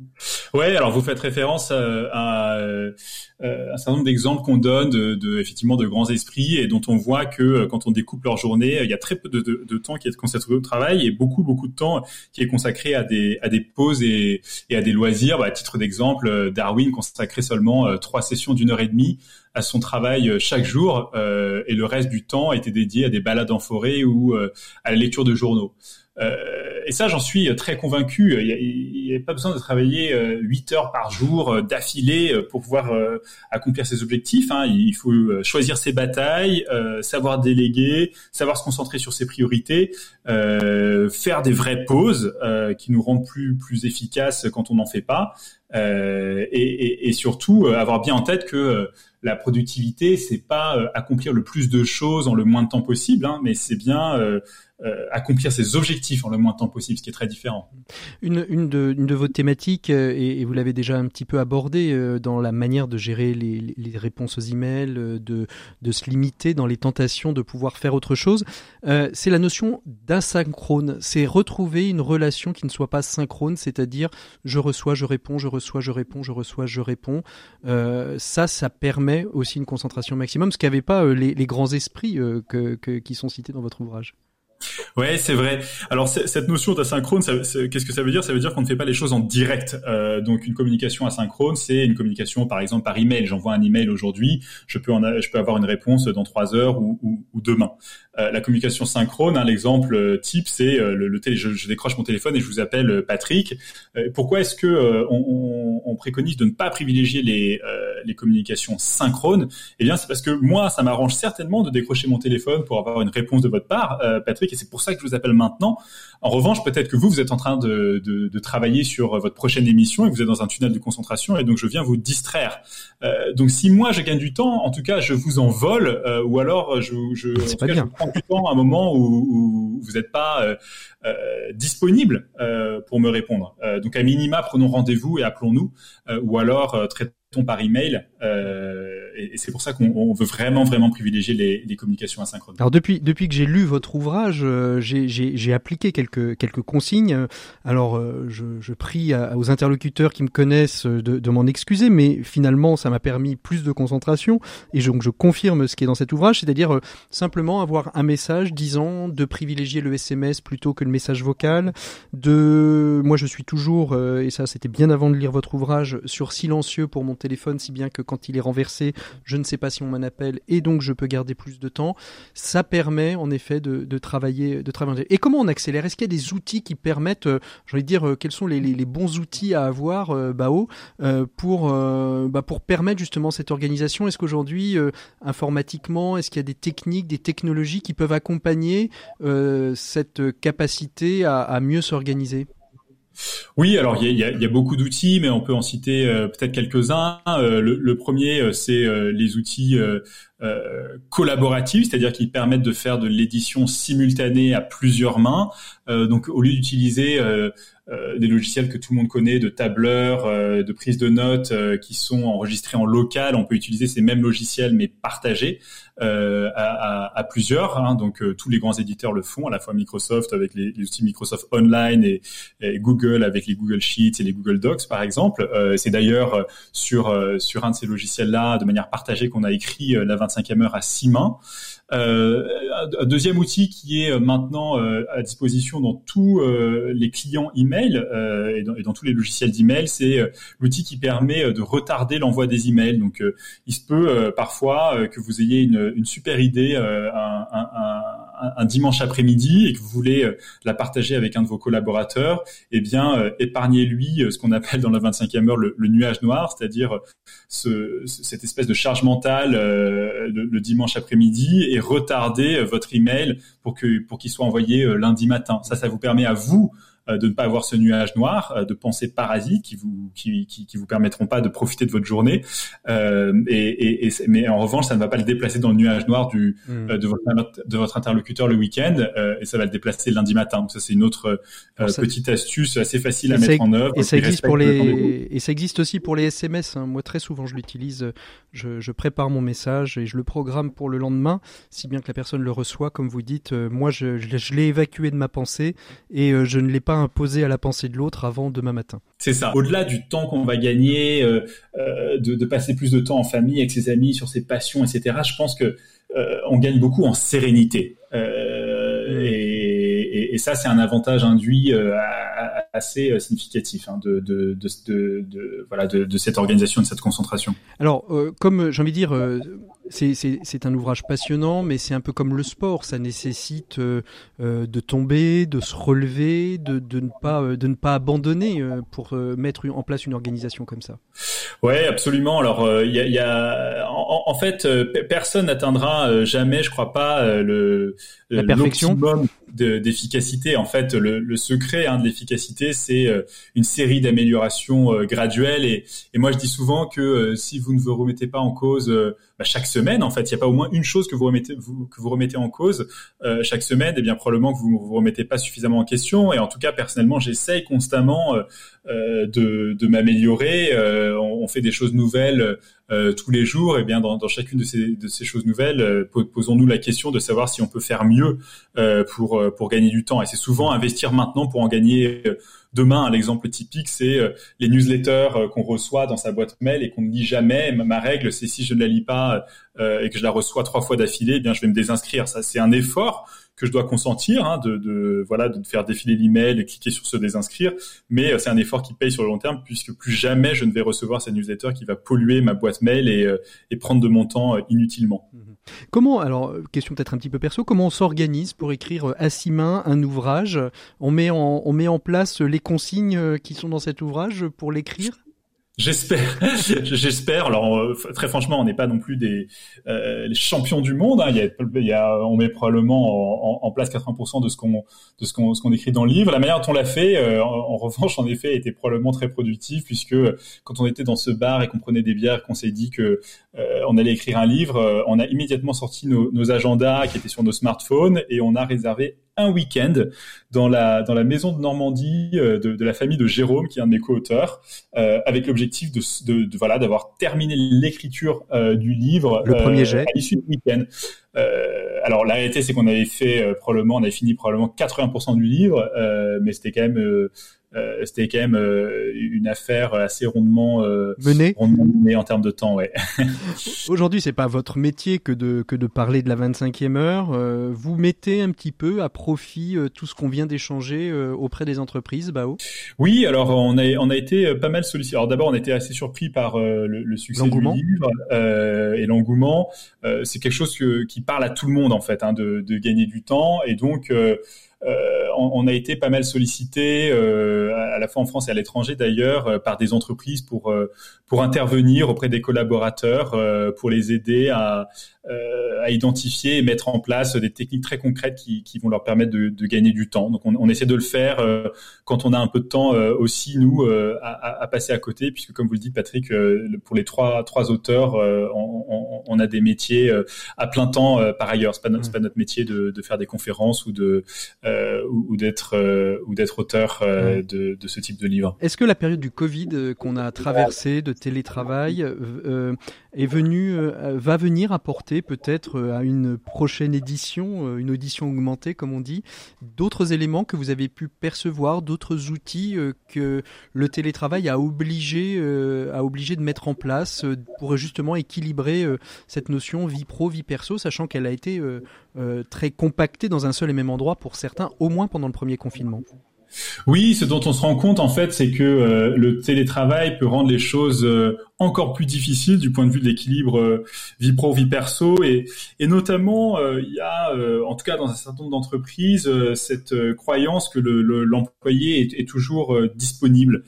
Ouais, alors vous faites référence à un certain nombre d'exemples qu'on donne effectivement de grands esprits et dont on voit que quand on découpe leur journée, il y a très peu de temps qui est consacré au travail et beaucoup de temps qui est consacré à des pauses et à des loisirs. À titre d'exemple, Darwin consacrait seulement 3 sessions d'1h30 à son travail chaque jour et le reste du temps était dédié à des balades en forêt ou à la lecture de journaux. Et ça, j'en suis très convaincu. Il n'y a pas besoin de travailler 8 heures par jour d'affilée pour pouvoir accomplir ses objectifs. Il faut choisir ses batailles, savoir déléguer, savoir se concentrer sur ses priorités, faire des vraies pauses qui nous rendent plus efficaces quand on n'en fait pas. Et surtout avoir bien en tête que la productivité, c'est pas accomplir le plus de choses en le moins de temps possible, mais c'est bien accomplir ses objectifs en le moins de temps possible, ce qui est très différent. Une de vos thématiques, et vous l'avez déjà un petit peu abordé dans la manière de gérer les réponses aux emails, de se limiter dans les tentations de pouvoir faire autre chose, c'est la notion d'asynchrone. C'est retrouver une relation qui ne soit pas synchrone, c'est-à-dire je reçois, je réponds, je reçois, je réponds, je reçois, je réponds. Ça permet aussi une concentration maximum, ce qu'avaient pas les grands esprits qui sont cités dans votre ouvrage. Ouais, c'est vrai. Alors cette notion d'asynchrone, qu'est-ce que ça veut dire ? Ça veut dire qu'on ne fait pas les choses en direct. Donc une communication asynchrone, c'est une communication par exemple par email. J'envoie un email aujourd'hui, je peux avoir une réponse dans 3 heures ou demain. La communication synchrone, l'exemple type, c'est je décroche mon téléphone et je vous appelle Patrick. Pourquoi est-ce que on préconise de ne pas privilégier les communications synchrones ? Eh bien, c'est parce que moi, ça m'arrange certainement de décrocher mon téléphone pour avoir une réponse de votre part, Patrick, et c'est pour ça que je vous appelle maintenant. En revanche, peut-être que vous êtes en train de travailler sur votre prochaine émission et que vous êtes dans un tunnel de concentration et donc je viens vous distraire. Donc si moi je gagne du temps, en tout cas je vous en vole ou alors je prends du temps à un moment où vous n'êtes pas disponible pour me répondre. Donc à minima, prenons rendez-vous et appelons-nous ou alors traitons par email et c'est pour ça qu'on veut vraiment privilégier les communications asynchrones. Alors depuis que j'ai lu votre ouvrage, j'ai appliqué quelques consignes. Alors je prie aux interlocuteurs qui me connaissent de m'en excuser, mais finalement ça m'a permis plus de concentration et donc je confirme ce qui est dans cet ouvrage, c'est-à-dire simplement avoir un message disant de privilégier le SMS plutôt que le message vocal. Moi je suis toujours, et ça c'était bien avant de lire votre ouvrage, sur silencieux pour mon téléphone, si bien que quand il est renversé, je ne sais pas si on m'en appelle et donc je peux garder plus de temps. Ça permet en effet de travailler. Et comment on accélère ? Est-ce qu'il y a des outils qui permettent, j'ai envie de dire, quels sont les bons outils à avoir, Bao, pour permettre justement cette organisation ? Est-ce qu'aujourd'hui, informatiquement, est-ce qu'il y a des techniques, des technologies qui peuvent accompagner cette capacité à mieux s'organiser ? Oui, alors il y a beaucoup d'outils, mais on peut en citer peut-être quelques-uns. Le premier, c'est les outils collaboratifs, c'est-à-dire qui permettent de faire de l'édition simultanée à plusieurs mains. Donc au lieu d'utiliser des logiciels que tout le monde connaît, de tableurs, de prise de notes qui sont enregistrés en local, on peut utiliser ces mêmes logiciels mais partagés à plusieurs. Donc tous les grands éditeurs le font, à la fois Microsoft avec les outils Microsoft Online et Google avec les Google Sheets et les Google Docs par exemple. C'est d'ailleurs sur un de ces logiciels-là, de manière partagée, qu'on a écrit la 25e heure à 6 mains. Un deuxième outil qui est maintenant à disposition dans tous les clients email et dans tous les logiciels d'email, c'est l'outil qui permet de retarder l'envoi des emails. Donc, il se peut parfois que vous ayez une super idée un dimanche après-midi et que vous voulez la partager avec un de vos collaborateurs. Eh bien, épargnez-lui ce qu'on appelle dans la 25e heure le nuage noir, c'est-à-dire cette espèce de charge mentale le dimanche après-midi et retarder votre email pour qu'il soit envoyé lundi matin. Ça vous permet à vous de ne pas avoir ce nuage noir, de pensées parasites qui vous permettront pas de profiter de votre journée. Mais en revanche, ça ne va pas le déplacer dans le nuage noir de votre interlocuteur le week-end, et ça va le déplacer lundi matin. Donc ça, c'est une autre petite astuce assez facile à mettre en œuvre. Et ça existe aussi pour les SMS. Moi, très souvent, je l'utilise. Je prépare mon message et je le programme pour le lendemain, si bien que la personne le reçoit, comme vous dites. Moi, je l'ai évacué de ma pensée et je ne l'ai pas imposer à la pensée de l'autre avant demain matin. C'est ça. Au-delà du temps qu'on va gagner, de passer plus de temps en famille avec ses amis, sur ses passions, etc., je pense que on gagne beaucoup en sérénité. Et ça, c'est un avantage induit assez significatif de cette organisation, de cette concentration. Alors, comme j'ai envie de dire, c'est un ouvrage passionnant, mais c'est un peu comme le sport. Ça nécessite de tomber, de se relever, de ne pas abandonner pour mettre en place une organisation comme ça. Ouais, absolument. Alors, en fait, personne n'atteindra jamais, je crois pas, la perfection, l'optimum d'efficacité. En fait, le secret de l'efficacité, c'est une série d'améliorations graduelles. Et moi, je dis souvent que si vous ne vous remettez pas en cause chaque semaine, en fait, il n'y a pas au moins une chose que vous remettez en cause chaque semaine, et bien probablement que vous vous remettez pas suffisamment en question. Et en tout cas, personnellement, j'essaye constamment de m'améliorer. On fait des choses nouvelles tous les jours. Et bien dans chacune de ces choses nouvelles, posons-nous la question de savoir si on peut faire mieux pour gagner du temps. Et c'est souvent investir maintenant pour en gagner demain. L'exemple typique, c'est les newsletters qu'on reçoit dans sa boîte mail et qu'on ne lit jamais. Ma règle, c'est si je ne la lis pas et que je la reçois 3 fois d'affilée, eh bien je vais me désinscrire. Ça, c'est un effort que je dois consentir, de faire défiler l'email, de cliquer sur se désinscrire, mais c'est un effort qui paye sur le long terme, puisque plus jamais je ne vais recevoir cette newsletter qui va polluer ma boîte mail et prendre de mon temps inutilement. Comment, alors, question peut-être un petit peu perso, comment on s'organise pour écrire à 6 mains un ouvrage ? On met en place les consignes qui sont dans cet ouvrage pour l'écrire ? J'espère. Alors très franchement, on n'est pas non plus les champions du monde. On met probablement en place 80% de ce qu'on écrit dans le livre. La manière dont on l'a fait, en revanche, en effet, était probablement très productive, puisque quand on était dans ce bar et qu'on prenait des bières, qu'on s'est dit que on allait écrire un livre, on a immédiatement sorti nos agendas qui étaient sur nos smartphones et on a réservé un week-end dans la maison de Normandie de la famille de Jérôme, qui est un de mes co-auteurs, avec l'objectif d'avoir terminé l'écriture du livre le premier jet. À l'issue du week-end. Alors la réalité, c'est qu'on avait fini probablement 80% du livre, mais c'était quand même une affaire assez rondement menée en termes de temps, ouais. Aujourd'hui, c'est pas votre métier que de parler de la 25e heure. Vous mettez un petit peu à profit tout ce qu'on vient d'échanger auprès des entreprises, Bao ? Oui, alors on a été pas mal sollicité. Alors d'abord, on était assez surpris par le succès du livre et l'engouement. C'est quelque chose qui parle à tout le monde en fait, de gagner du temps, et donc on a été pas mal sollicité à la fois en France et à l'étranger d'ailleurs par des entreprises pour intervenir auprès des collaborateurs, pour les aider à identifier et mettre en place des techniques très concrètes qui vont leur permettre de gagner du temps. Donc on essaie de le faire quand on a un peu de temps aussi, nous, à passer à côté, puisque comme vous le dites, Patrick, pour les trois auteurs, on a des métiers à plein temps par ailleurs. C'est pas notre métier de faire des conférences ou d'être auteur de ce type de livre. Est-ce que la période du Covid qu'on a traversée, de télétravail, va venir apporter peut-être à une prochaine édition, une audition augmentée comme on dit, d'autres éléments que vous avez pu percevoir, d'autres outils que le télétravail a obligé de mettre en place pour justement équilibrer cette notion vie pro, vie perso, sachant qu'elle a été très compactée dans un seul et même endroit pour certains, au moins pendant le premier confinement. Oui, ce dont on se rend compte en fait, c'est que le télétravail peut rendre les choses encore plus difficiles du point de vue de l'équilibre vie pro, vie perso, et notamment il y a en tout cas dans un certain nombre d'entreprises cette croyance que l'employé est toujours disponible,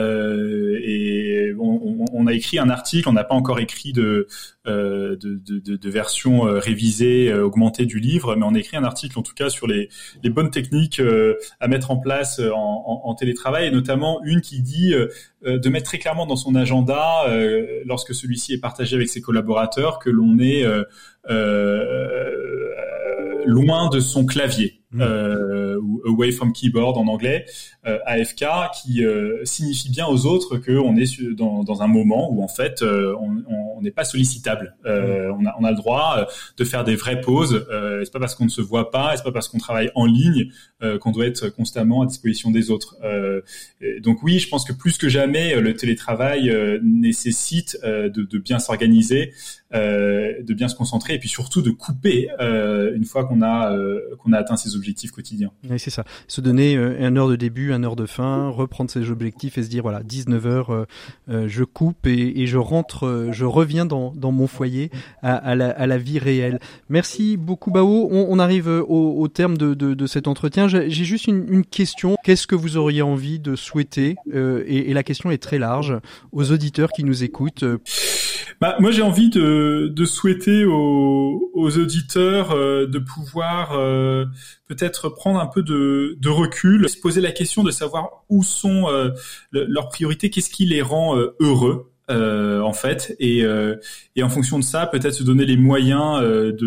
et on a écrit un article, on n'a pas encore écrit de version révisée, augmentée du livre, mais on a écrit un article en tout cas sur les bonnes techniques à mettre en place en télétravail, et notamment une qui dit de mettre très clairement dans son agenda, lorsque celui-ci est partagé avec ses collaborateurs, que l'on est loin de son clavier. ou Away from Keyboard en anglais, AFK, qui signifie bien aux autres qu'on est dans un moment où en fait on n'est pas sollicitable. On a le droit de faire des vraies pauses. C'est pas parce qu'on ne se voit pas, et c'est pas parce qu'on travaille en ligne qu'on doit être constamment à disposition des autres. Donc oui, je pense que plus que jamais, le télétravail nécessite de bien s'organiser, de bien se concentrer, et puis surtout de couper une fois qu'on a atteint ses objectifs quotidiens. Oui, c'est ça. Se donner une heure de début, une heure de fin, reprendre ses objectifs et se dire voilà, 19h, je coupe et je rentre, je reviens dans mon foyer à la vie réelle. Merci beaucoup Bao. On arrive au terme de cet entretien. J'ai juste une question. Qu'est-ce que vous auriez envie de souhaiter, et la question est très large, aux auditeurs qui nous écoutent? Moi j'ai envie de souhaiter aux auditeurs de pouvoir peut-être prendre un peu de recul, se poser la question de savoir où sont leurs priorités, qu'est-ce qui les rend heureux. En fait, et en fonction de ça, peut-être se donner les moyens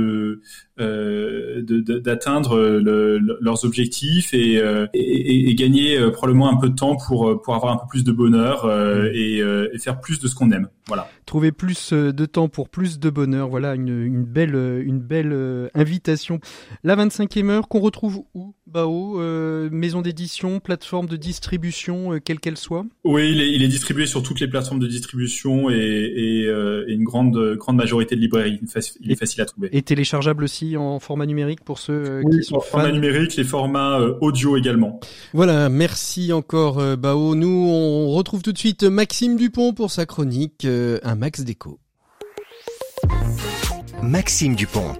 d'atteindre leurs objectifs et gagner probablement un peu de temps pour avoir un peu plus de bonheur et faire plus de ce qu'on aime. Voilà. Trouver plus de temps pour plus de bonheur. Voilà une belle invitation. La 25e heure qu'on retrouve où, Bao? Maison d'édition, plateforme de distribution, quelle qu'elle soit? Oui, il est distribué sur toutes les plateformes de distribution et une grande majorité de librairies. Il est facile à trouver. Et téléchargeable aussi en format numérique pour ceux qui sont fans. Format numérique, les formats audio également. Voilà, merci encore Bao. Nous, on retrouve tout de suite Maxime Dupont pour sa chronique Un Max Déco. Maxime Dupont.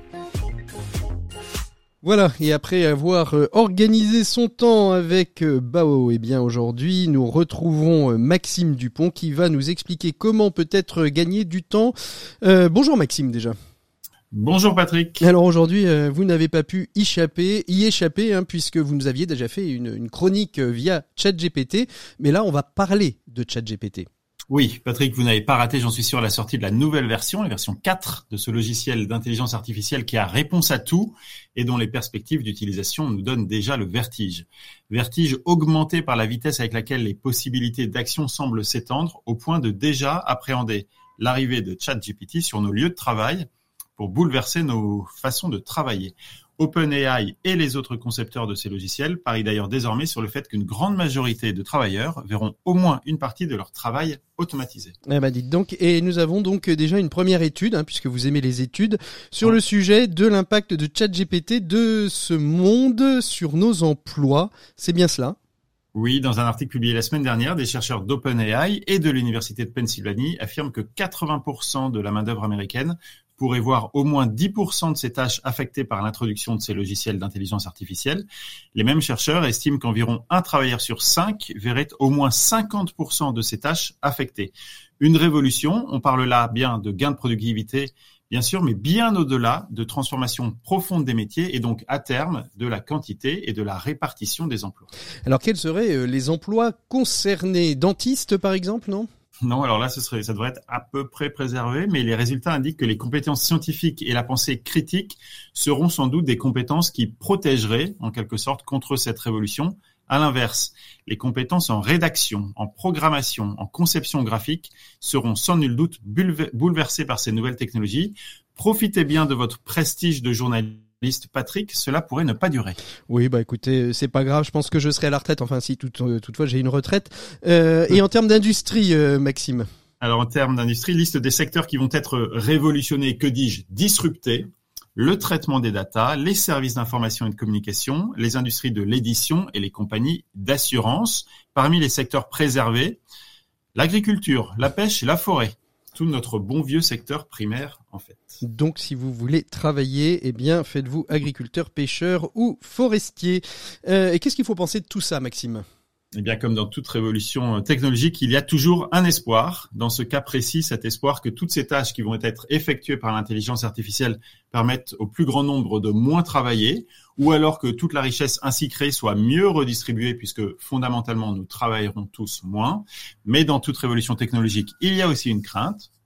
Voilà, et après avoir organisé son temps avec Bao, eh bien aujourd'hui nous retrouvons Maxime Dupont qui va nous expliquer comment peut-être gagner du temps. Bonjour Maxime déjà. Bonjour Patrick. Alors aujourd'hui, vous n'avez pas pu y échapper, puisque vous nous aviez déjà fait une chronique via ChatGPT, mais là on va parler de ChatGPT. Oui, Patrick, vous n'avez pas raté, j'en suis sûr, la sortie de la nouvelle version, la version 4 de ce logiciel d'intelligence artificielle qui a réponse à tout et dont les perspectives d'utilisation nous donnent déjà le vertige. Vertige augmenté par la vitesse avec laquelle les possibilités d'action semblent s'étendre au point de déjà appréhender l'arrivée de ChatGPT sur nos lieux de travail pour bouleverser nos façons de travailler. OpenAI et les autres concepteurs de ces logiciels parient d'ailleurs désormais sur le fait qu'une grande majorité de travailleurs verront au moins une partie de leur travail automatisé. Dites donc, et nous avons donc déjà une première étude, puisque vous aimez les études, sur le sujet de l'impact de ChatGPT de ce monde sur nos emplois. C'est bien cela ? Oui, dans un article publié la semaine dernière, des chercheurs d'OpenAI et de l'Université de Pennsylvanie affirment que 80% de la main-d'œuvre américaine pourrait voir au moins 10% de ces tâches affectées par l'introduction de ces logiciels d'intelligence artificielle. Les mêmes chercheurs estiment qu'environ un travailleur sur 5 verrait au moins 50% de ces tâches affectées. Une révolution, on parle là bien de gains de productivité, bien sûr, mais bien au-delà de transformation profonde des métiers et donc à terme de la quantité et de la répartition des emplois. Alors quels seraient les emplois concernés? Dentistes par exemple, non ? Non, alors là, ça devrait être à peu près préservé, mais les résultats indiquent que les compétences scientifiques et la pensée critique seront sans doute des compétences qui protégeraient, en quelque sorte, contre cette révolution. À l'inverse, les compétences en rédaction, en programmation, en conception graphique seront sans nul doute bouleversées par ces nouvelles technologies. Profitez bien de votre prestige de journaliste. Patrick, cela pourrait ne pas durer. Oui, écoutez, c'est pas grave, je pense que je serai à la retraite, enfin si toutefois j'ai une retraite. Et en termes d'industrie, Maxime? Alors en termes d'industrie, liste des secteurs qui vont être révolutionnés, que dis-je, disruptés. Le traitement des datas, les services d'information et de communication, les industries de l'édition et les compagnies d'assurance. Parmi les secteurs préservés, l'agriculture, la pêche et la forêt. Tout notre bon vieux secteur primaire, en fait. Donc, si vous voulez travailler, eh bien, faites-vous agriculteur, pêcheur ou forestier. Et qu'est-ce qu'il faut penser de tout ça, Maxime ? Eh bien, comme dans toute révolution technologique, il y a toujours un espoir. Dans ce cas précis, cet espoir que toutes ces tâches qui vont être effectuées par l'intelligence artificielle permettent au plus grand nombre de moins travailler, ou alors que toute la richesse ainsi créée soit mieux redistribuée, puisque fondamentalement, nous travaillerons tous moins. Mais dans toute révolution technologique, il y a aussi une crainte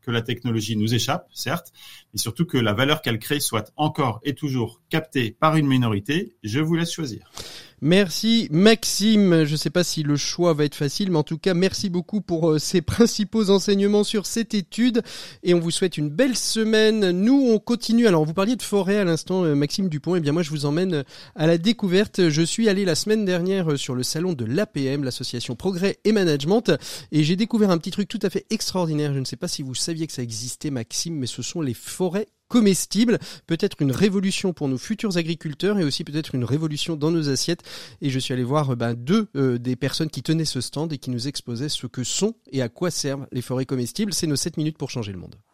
que la technologie nous échappe, certes, mais surtout que la valeur qu'elle crée soit encore et toujours captée par une minorité. Je vous laisse choisir. Merci Maxime, je ne sais pas si le choix va être facile, mais en tout cas merci beaucoup pour ces principaux enseignements sur cette étude et on vous souhaite une belle semaine. Nous on continue, alors vous parliez de forêt à l'instant Maxime Dupont, et bien moi je vous emmène à la découverte. Je suis allé la semaine dernière sur le salon de l'APM, l'association Progrès et Management, et j'ai découvert un petit truc tout à fait extraordinaire. Je ne sais pas si vous saviez que ça existait Maxime, mais ce sont les forêts comestibles, peut-être une révolution pour nos futurs agriculteurs et aussi peut-être une révolution dans nos assiettes. Et je suis allé voir deux des personnes qui tenaient ce stand et qui nous exposaient ce que sont et à quoi servent les forêts comestibles. C'est nos 7 minutes pour changer le monde.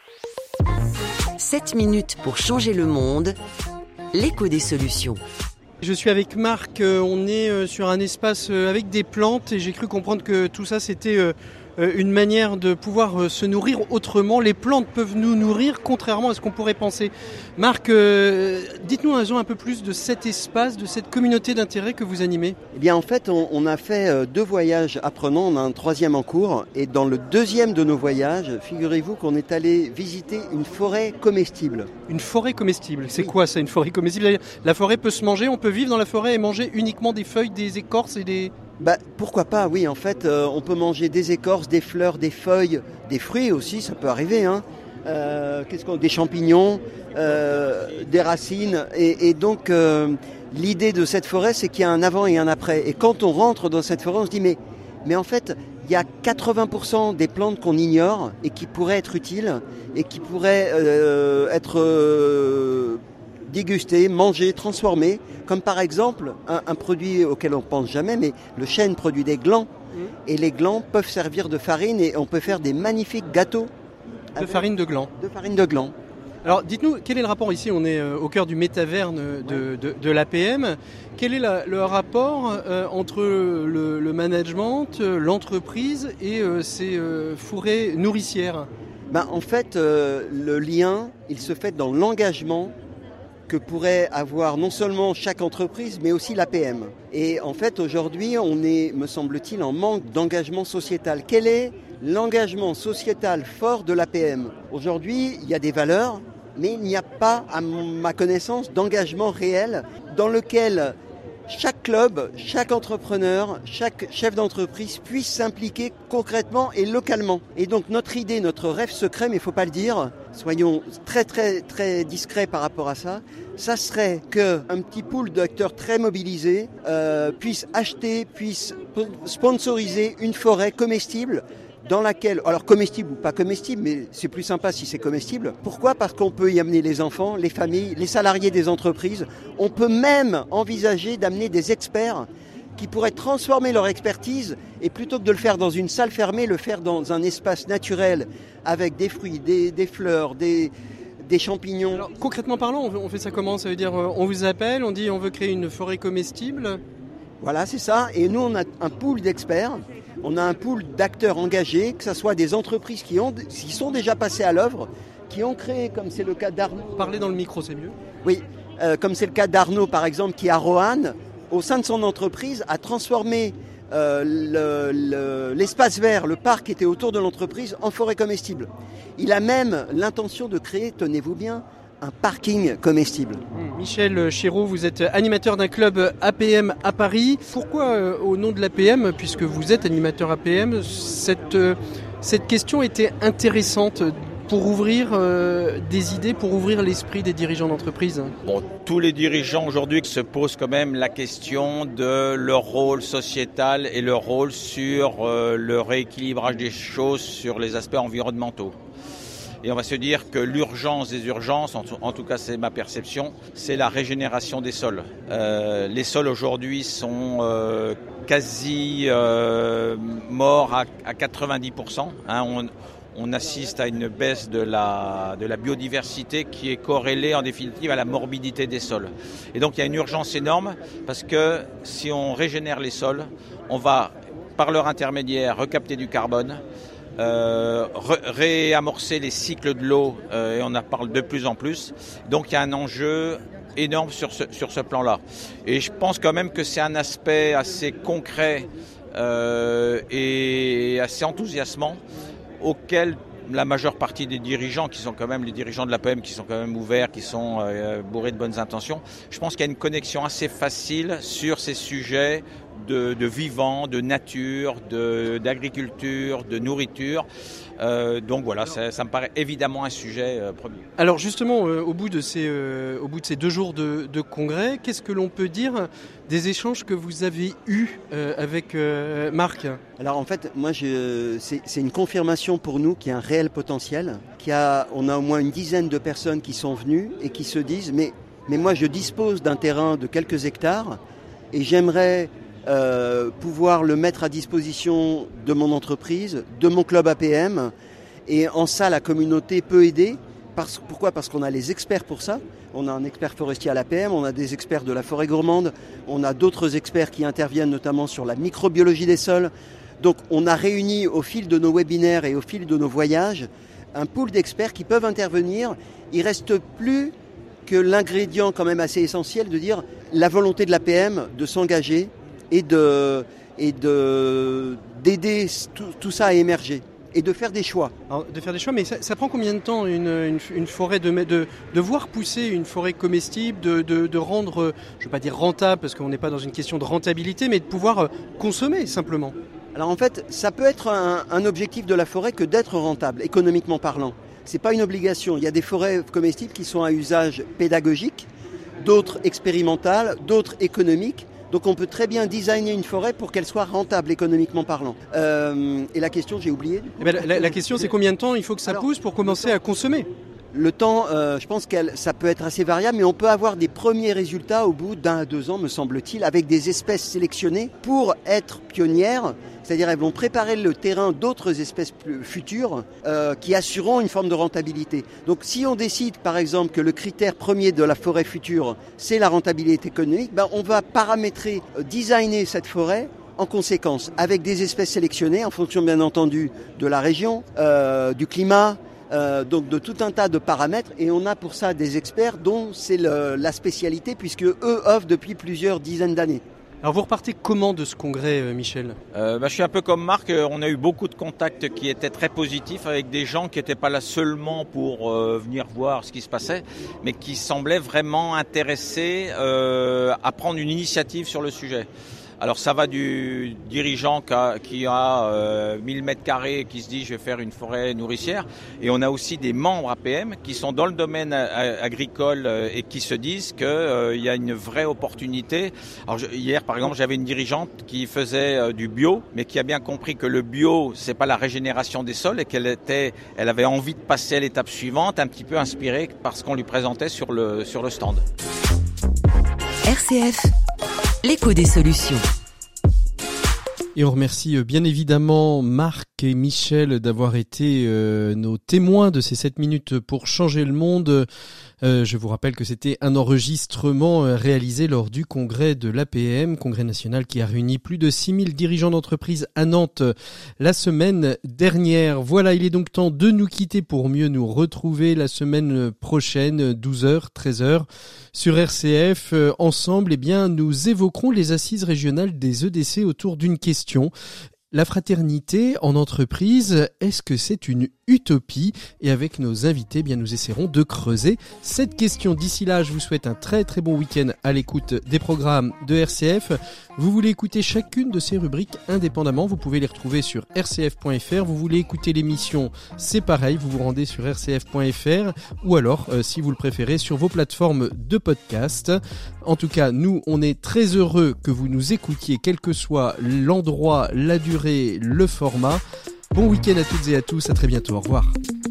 7 minutes pour changer le monde, l'écho des solutions. Je suis avec Marc, on est sur un espace avec des plantes et j'ai cru comprendre que tout ça c'était une manière de pouvoir se nourrir autrement. Les plantes peuvent nous nourrir contrairement à ce qu'on pourrait penser. Marc, dites-nous un peu plus de cet espace, de cette communauté d'intérêt que vous animez. Eh bien en fait on a fait 2 voyages apprenants, on a un 3e en cours et dans le 2e de nos voyages, figurez-vous qu'on est allé visiter une forêt comestible. Une forêt comestible, c'est quoi ça une forêt comestible? La forêt peut se manger, on peut vivre dans la forêt et manger uniquement des feuilles, des écorces et des... Pourquoi pas, oui, en fait, on peut manger des écorces, des fleurs, des feuilles, des fruits aussi, ça peut arriver, hein. Des champignons, des racines, et donc l'idée de cette forêt, c'est qu'il y a un avant et un après. Et quand on rentre dans cette forêt, on se dit, mais en fait, il y a 80% des plantes qu'on ignore et qui pourraient être utiles et qui pourraient être dégustées, mangées, transformées, comme par exemple un produit auquel on ne pense jamais, mais le chêne produit des glands. Et les glands peuvent servir de farine et on peut faire des magnifiques gâteaux. De farine de gland. De farine de gland. Alors dites-nous, quel est le rapport ici? On est au cœur du métaverne de l'APM. Quel est le rapport entre le management, l'entreprise et ces forêts nourricières? En fait, le lien, il se fait dans l'engagement que pourrait avoir non seulement chaque entreprise, mais aussi l'APM. Et en fait, aujourd'hui, on est, me semble-t-il, en manque d'engagement sociétal. Quel est l'engagement sociétal fort de l'APM? Aujourd'hui, il y a des valeurs, mais il n'y a pas, à ma connaissance, d'engagement réel dans lequel chaque club, chaque entrepreneur, chaque chef d'entreprise puisse s'impliquer concrètement et localement. Et donc notre idée, notre rêve secret, mais il ne faut pas le dire, soyons très très très discrets par rapport à ça, ça serait qu'un petit pool d'acteurs très mobilisés puisse acheter, puisse sponsoriser une forêt comestible dans laquelle, alors comestible ou pas comestible, mais c'est plus sympa si c'est comestible. Pourquoi ? Parce qu'on peut y amener les enfants, les familles, les salariés des entreprises. On peut même envisager d'amener des experts qui pourraient transformer leur expertise et plutôt que de le faire dans une salle fermée, le faire dans un espace naturel avec des fruits, des fleurs, des champignons. Alors, concrètement parlant, on fait ça comment ? Ça veut dire on vous appelle, on dit on veut créer une forêt comestible ? Voilà, c'est ça. Et nous, on a un pool d'experts. On a un pool d'acteurs engagés, que ce soit des entreprises qui sont déjà passées à l'œuvre, qui ont créé, comme c'est le cas d'Arnaud... Parlez dans le micro, c'est mieux. Oui, comme c'est le cas d'Arnaud, par exemple, qui à Roanne, au sein de son entreprise, a transformé l'espace vert, le parc qui était autour de l'entreprise, en forêt comestible. Il a même l'intention de créer, tenez-vous bien, un parking comestible. Michel Chéreau, vous êtes animateur d'un club APM à Paris. Pourquoi, au nom de l'APM, puisque vous êtes animateur APM, cette question était intéressante pour ouvrir des idées, pour ouvrir l'esprit des dirigeants d'entreprise? Bon, tous les dirigeants aujourd'hui se posent quand même la question de leur rôle sociétal et leur rôle sur le rééquilibrage des choses sur les aspects environnementaux. Et on va se dire que l'urgence des urgences, en tout cas c'est ma perception, c'est la régénération des sols. Les sols aujourd'hui sont quasi morts à 90%. On assiste à une baisse de la biodiversité qui est corrélée en définitive à la morbidité des sols. Et donc il y a une urgence énorme parce que si on régénère les sols, on va par leur intermédiaire recapter du carbone, réamorcer les cycles de l'eau, et on en parle de plus en plus. Donc il y a un enjeu énorme sur ce plan-là. Et je pense quand même que c'est un aspect assez concret et assez enthousiasmant auquel la majeure partie des dirigeants, qui sont quand même les dirigeants de l'APM, qui sont quand même ouverts, qui sont bourrés de bonnes intentions, je pense qu'il y a une connexion assez facile sur ces sujets de vivant, de nature, d'agriculture, de nourriture. Donc voilà, ça me paraît évidemment un sujet premier. Alors justement, au bout de ces 2 jours de congrès, qu'est-ce que l'on peut dire des échanges que vous avez eus avec Marc ? Alors en fait, moi, c'est une confirmation pour nous qu'il y a un réel potentiel. On a au moins une dizaine de personnes qui sont venues et qui se disent mais moi je dispose d'un terrain de quelques hectares et j'aimerais pouvoir le mettre à disposition de mon entreprise, de mon club APM, et en ça la communauté peut aider. Pourquoi ? Parce qu'on a les experts pour ça. On a un expert forestier à l'APM, on a des experts de la forêt gourmande, on a d'autres experts qui interviennent notamment sur la microbiologie des sols. Donc on a réuni au fil de nos webinaires et au fil de nos voyages un pool d'experts qui peuvent intervenir. Il ne reste plus que l'ingrédient quand même assez essentiel de dire la volonté de l'APM de s'engager et d'aider tout ça à émerger et de faire des choix. Alors, de faire des choix, mais ça prend combien de temps une forêt de voir pousser une forêt comestible, de rendre, je ne vais pas dire rentable parce qu'on n'est pas dans une question de rentabilité, mais de pouvoir consommer simplement. Alors en fait, ça peut être un objectif de la forêt que d'être rentable, économiquement parlant. C'est pas une obligation. Il y a des forêts comestibles qui sont à usage pédagogique, d'autres expérimentales, d'autres économiques. Donc on peut très bien designer une forêt pour qu'elle soit rentable économiquement parlant. Et la question, j'ai oublié. La question, c'est combien de temps il faut que ça pousse pour commencer à consommer ? Le temps, je pense que ça peut être assez variable, mais on peut avoir des premiers résultats au bout d'1 à 2 ans, me semble-t-il, avec des espèces sélectionnées pour être pionnières. C'est-à-dire elles vont préparer le terrain d'autres espèces futures qui assureront une forme de rentabilité. Donc si on décide par exemple que le critère premier de la forêt future, c'est la rentabilité économique, on va paramétrer, designer cette forêt en conséquence, avec des espèces sélectionnées en fonction bien entendu de la région, du climat, donc de tout un tas de paramètres, et on a pour ça des experts dont c'est la spécialité puisque eux offrent depuis plusieurs dizaines d'années. Alors vous repartez comment de ce congrès, Michel ? Je suis un peu comme Marc, on a eu beaucoup de contacts qui étaient très positifs avec des gens qui n'étaient pas là seulement pour venir voir ce qui se passait, mais qui semblaient vraiment intéressés à prendre une initiative sur le sujet. Alors ça va du dirigeant qui a 1000 mètres carrés qui se dit je vais faire une forêt nourricière, et on a aussi des membres APM qui sont dans le domaine agricole et qui se disent qu'il y a une vraie opportunité. Alors hier par exemple j'avais une dirigeante qui faisait du bio, mais qui a bien compris que le bio c'est pas la régénération des sols et qu'elle avait envie de passer à l'étape suivante, un petit peu inspirée par ce qu'on lui présentait sur le stand. RCF, l'écho des solutions. Et on remercie bien évidemment Marc et Michel d'avoir été nos témoins de ces 7 minutes pour changer le monde. Je vous rappelle que c'était un enregistrement réalisé lors du congrès de l'APM, congrès national qui a réuni plus de 6000 dirigeants d'entreprise à Nantes la semaine dernière. Voilà, il est donc temps de nous quitter pour mieux nous retrouver la semaine prochaine, 12h, 13h, sur RCF. Ensemble, nous évoquerons les assises régionales des EDC autour d'une question. La fraternité en entreprise, est-ce que c'est une utopie ? Et avec nos invités, nous essaierons de creuser cette question. D'ici là, je vous souhaite un très très bon week-end à l'écoute des programmes de RCF. Vous voulez écouter chacune de ces rubriques indépendamment, vous pouvez les retrouver sur rcf.fr. Vous voulez écouter l'émission, c'est pareil, vous vous rendez sur rcf.fr ou alors, si vous le préférez, sur vos plateformes de podcast. En tout cas, nous, on est très heureux que vous nous écoutiez, quel que soit l'endroit, la durée, le format. Bon week-end à toutes et à tous, à très bientôt, au revoir.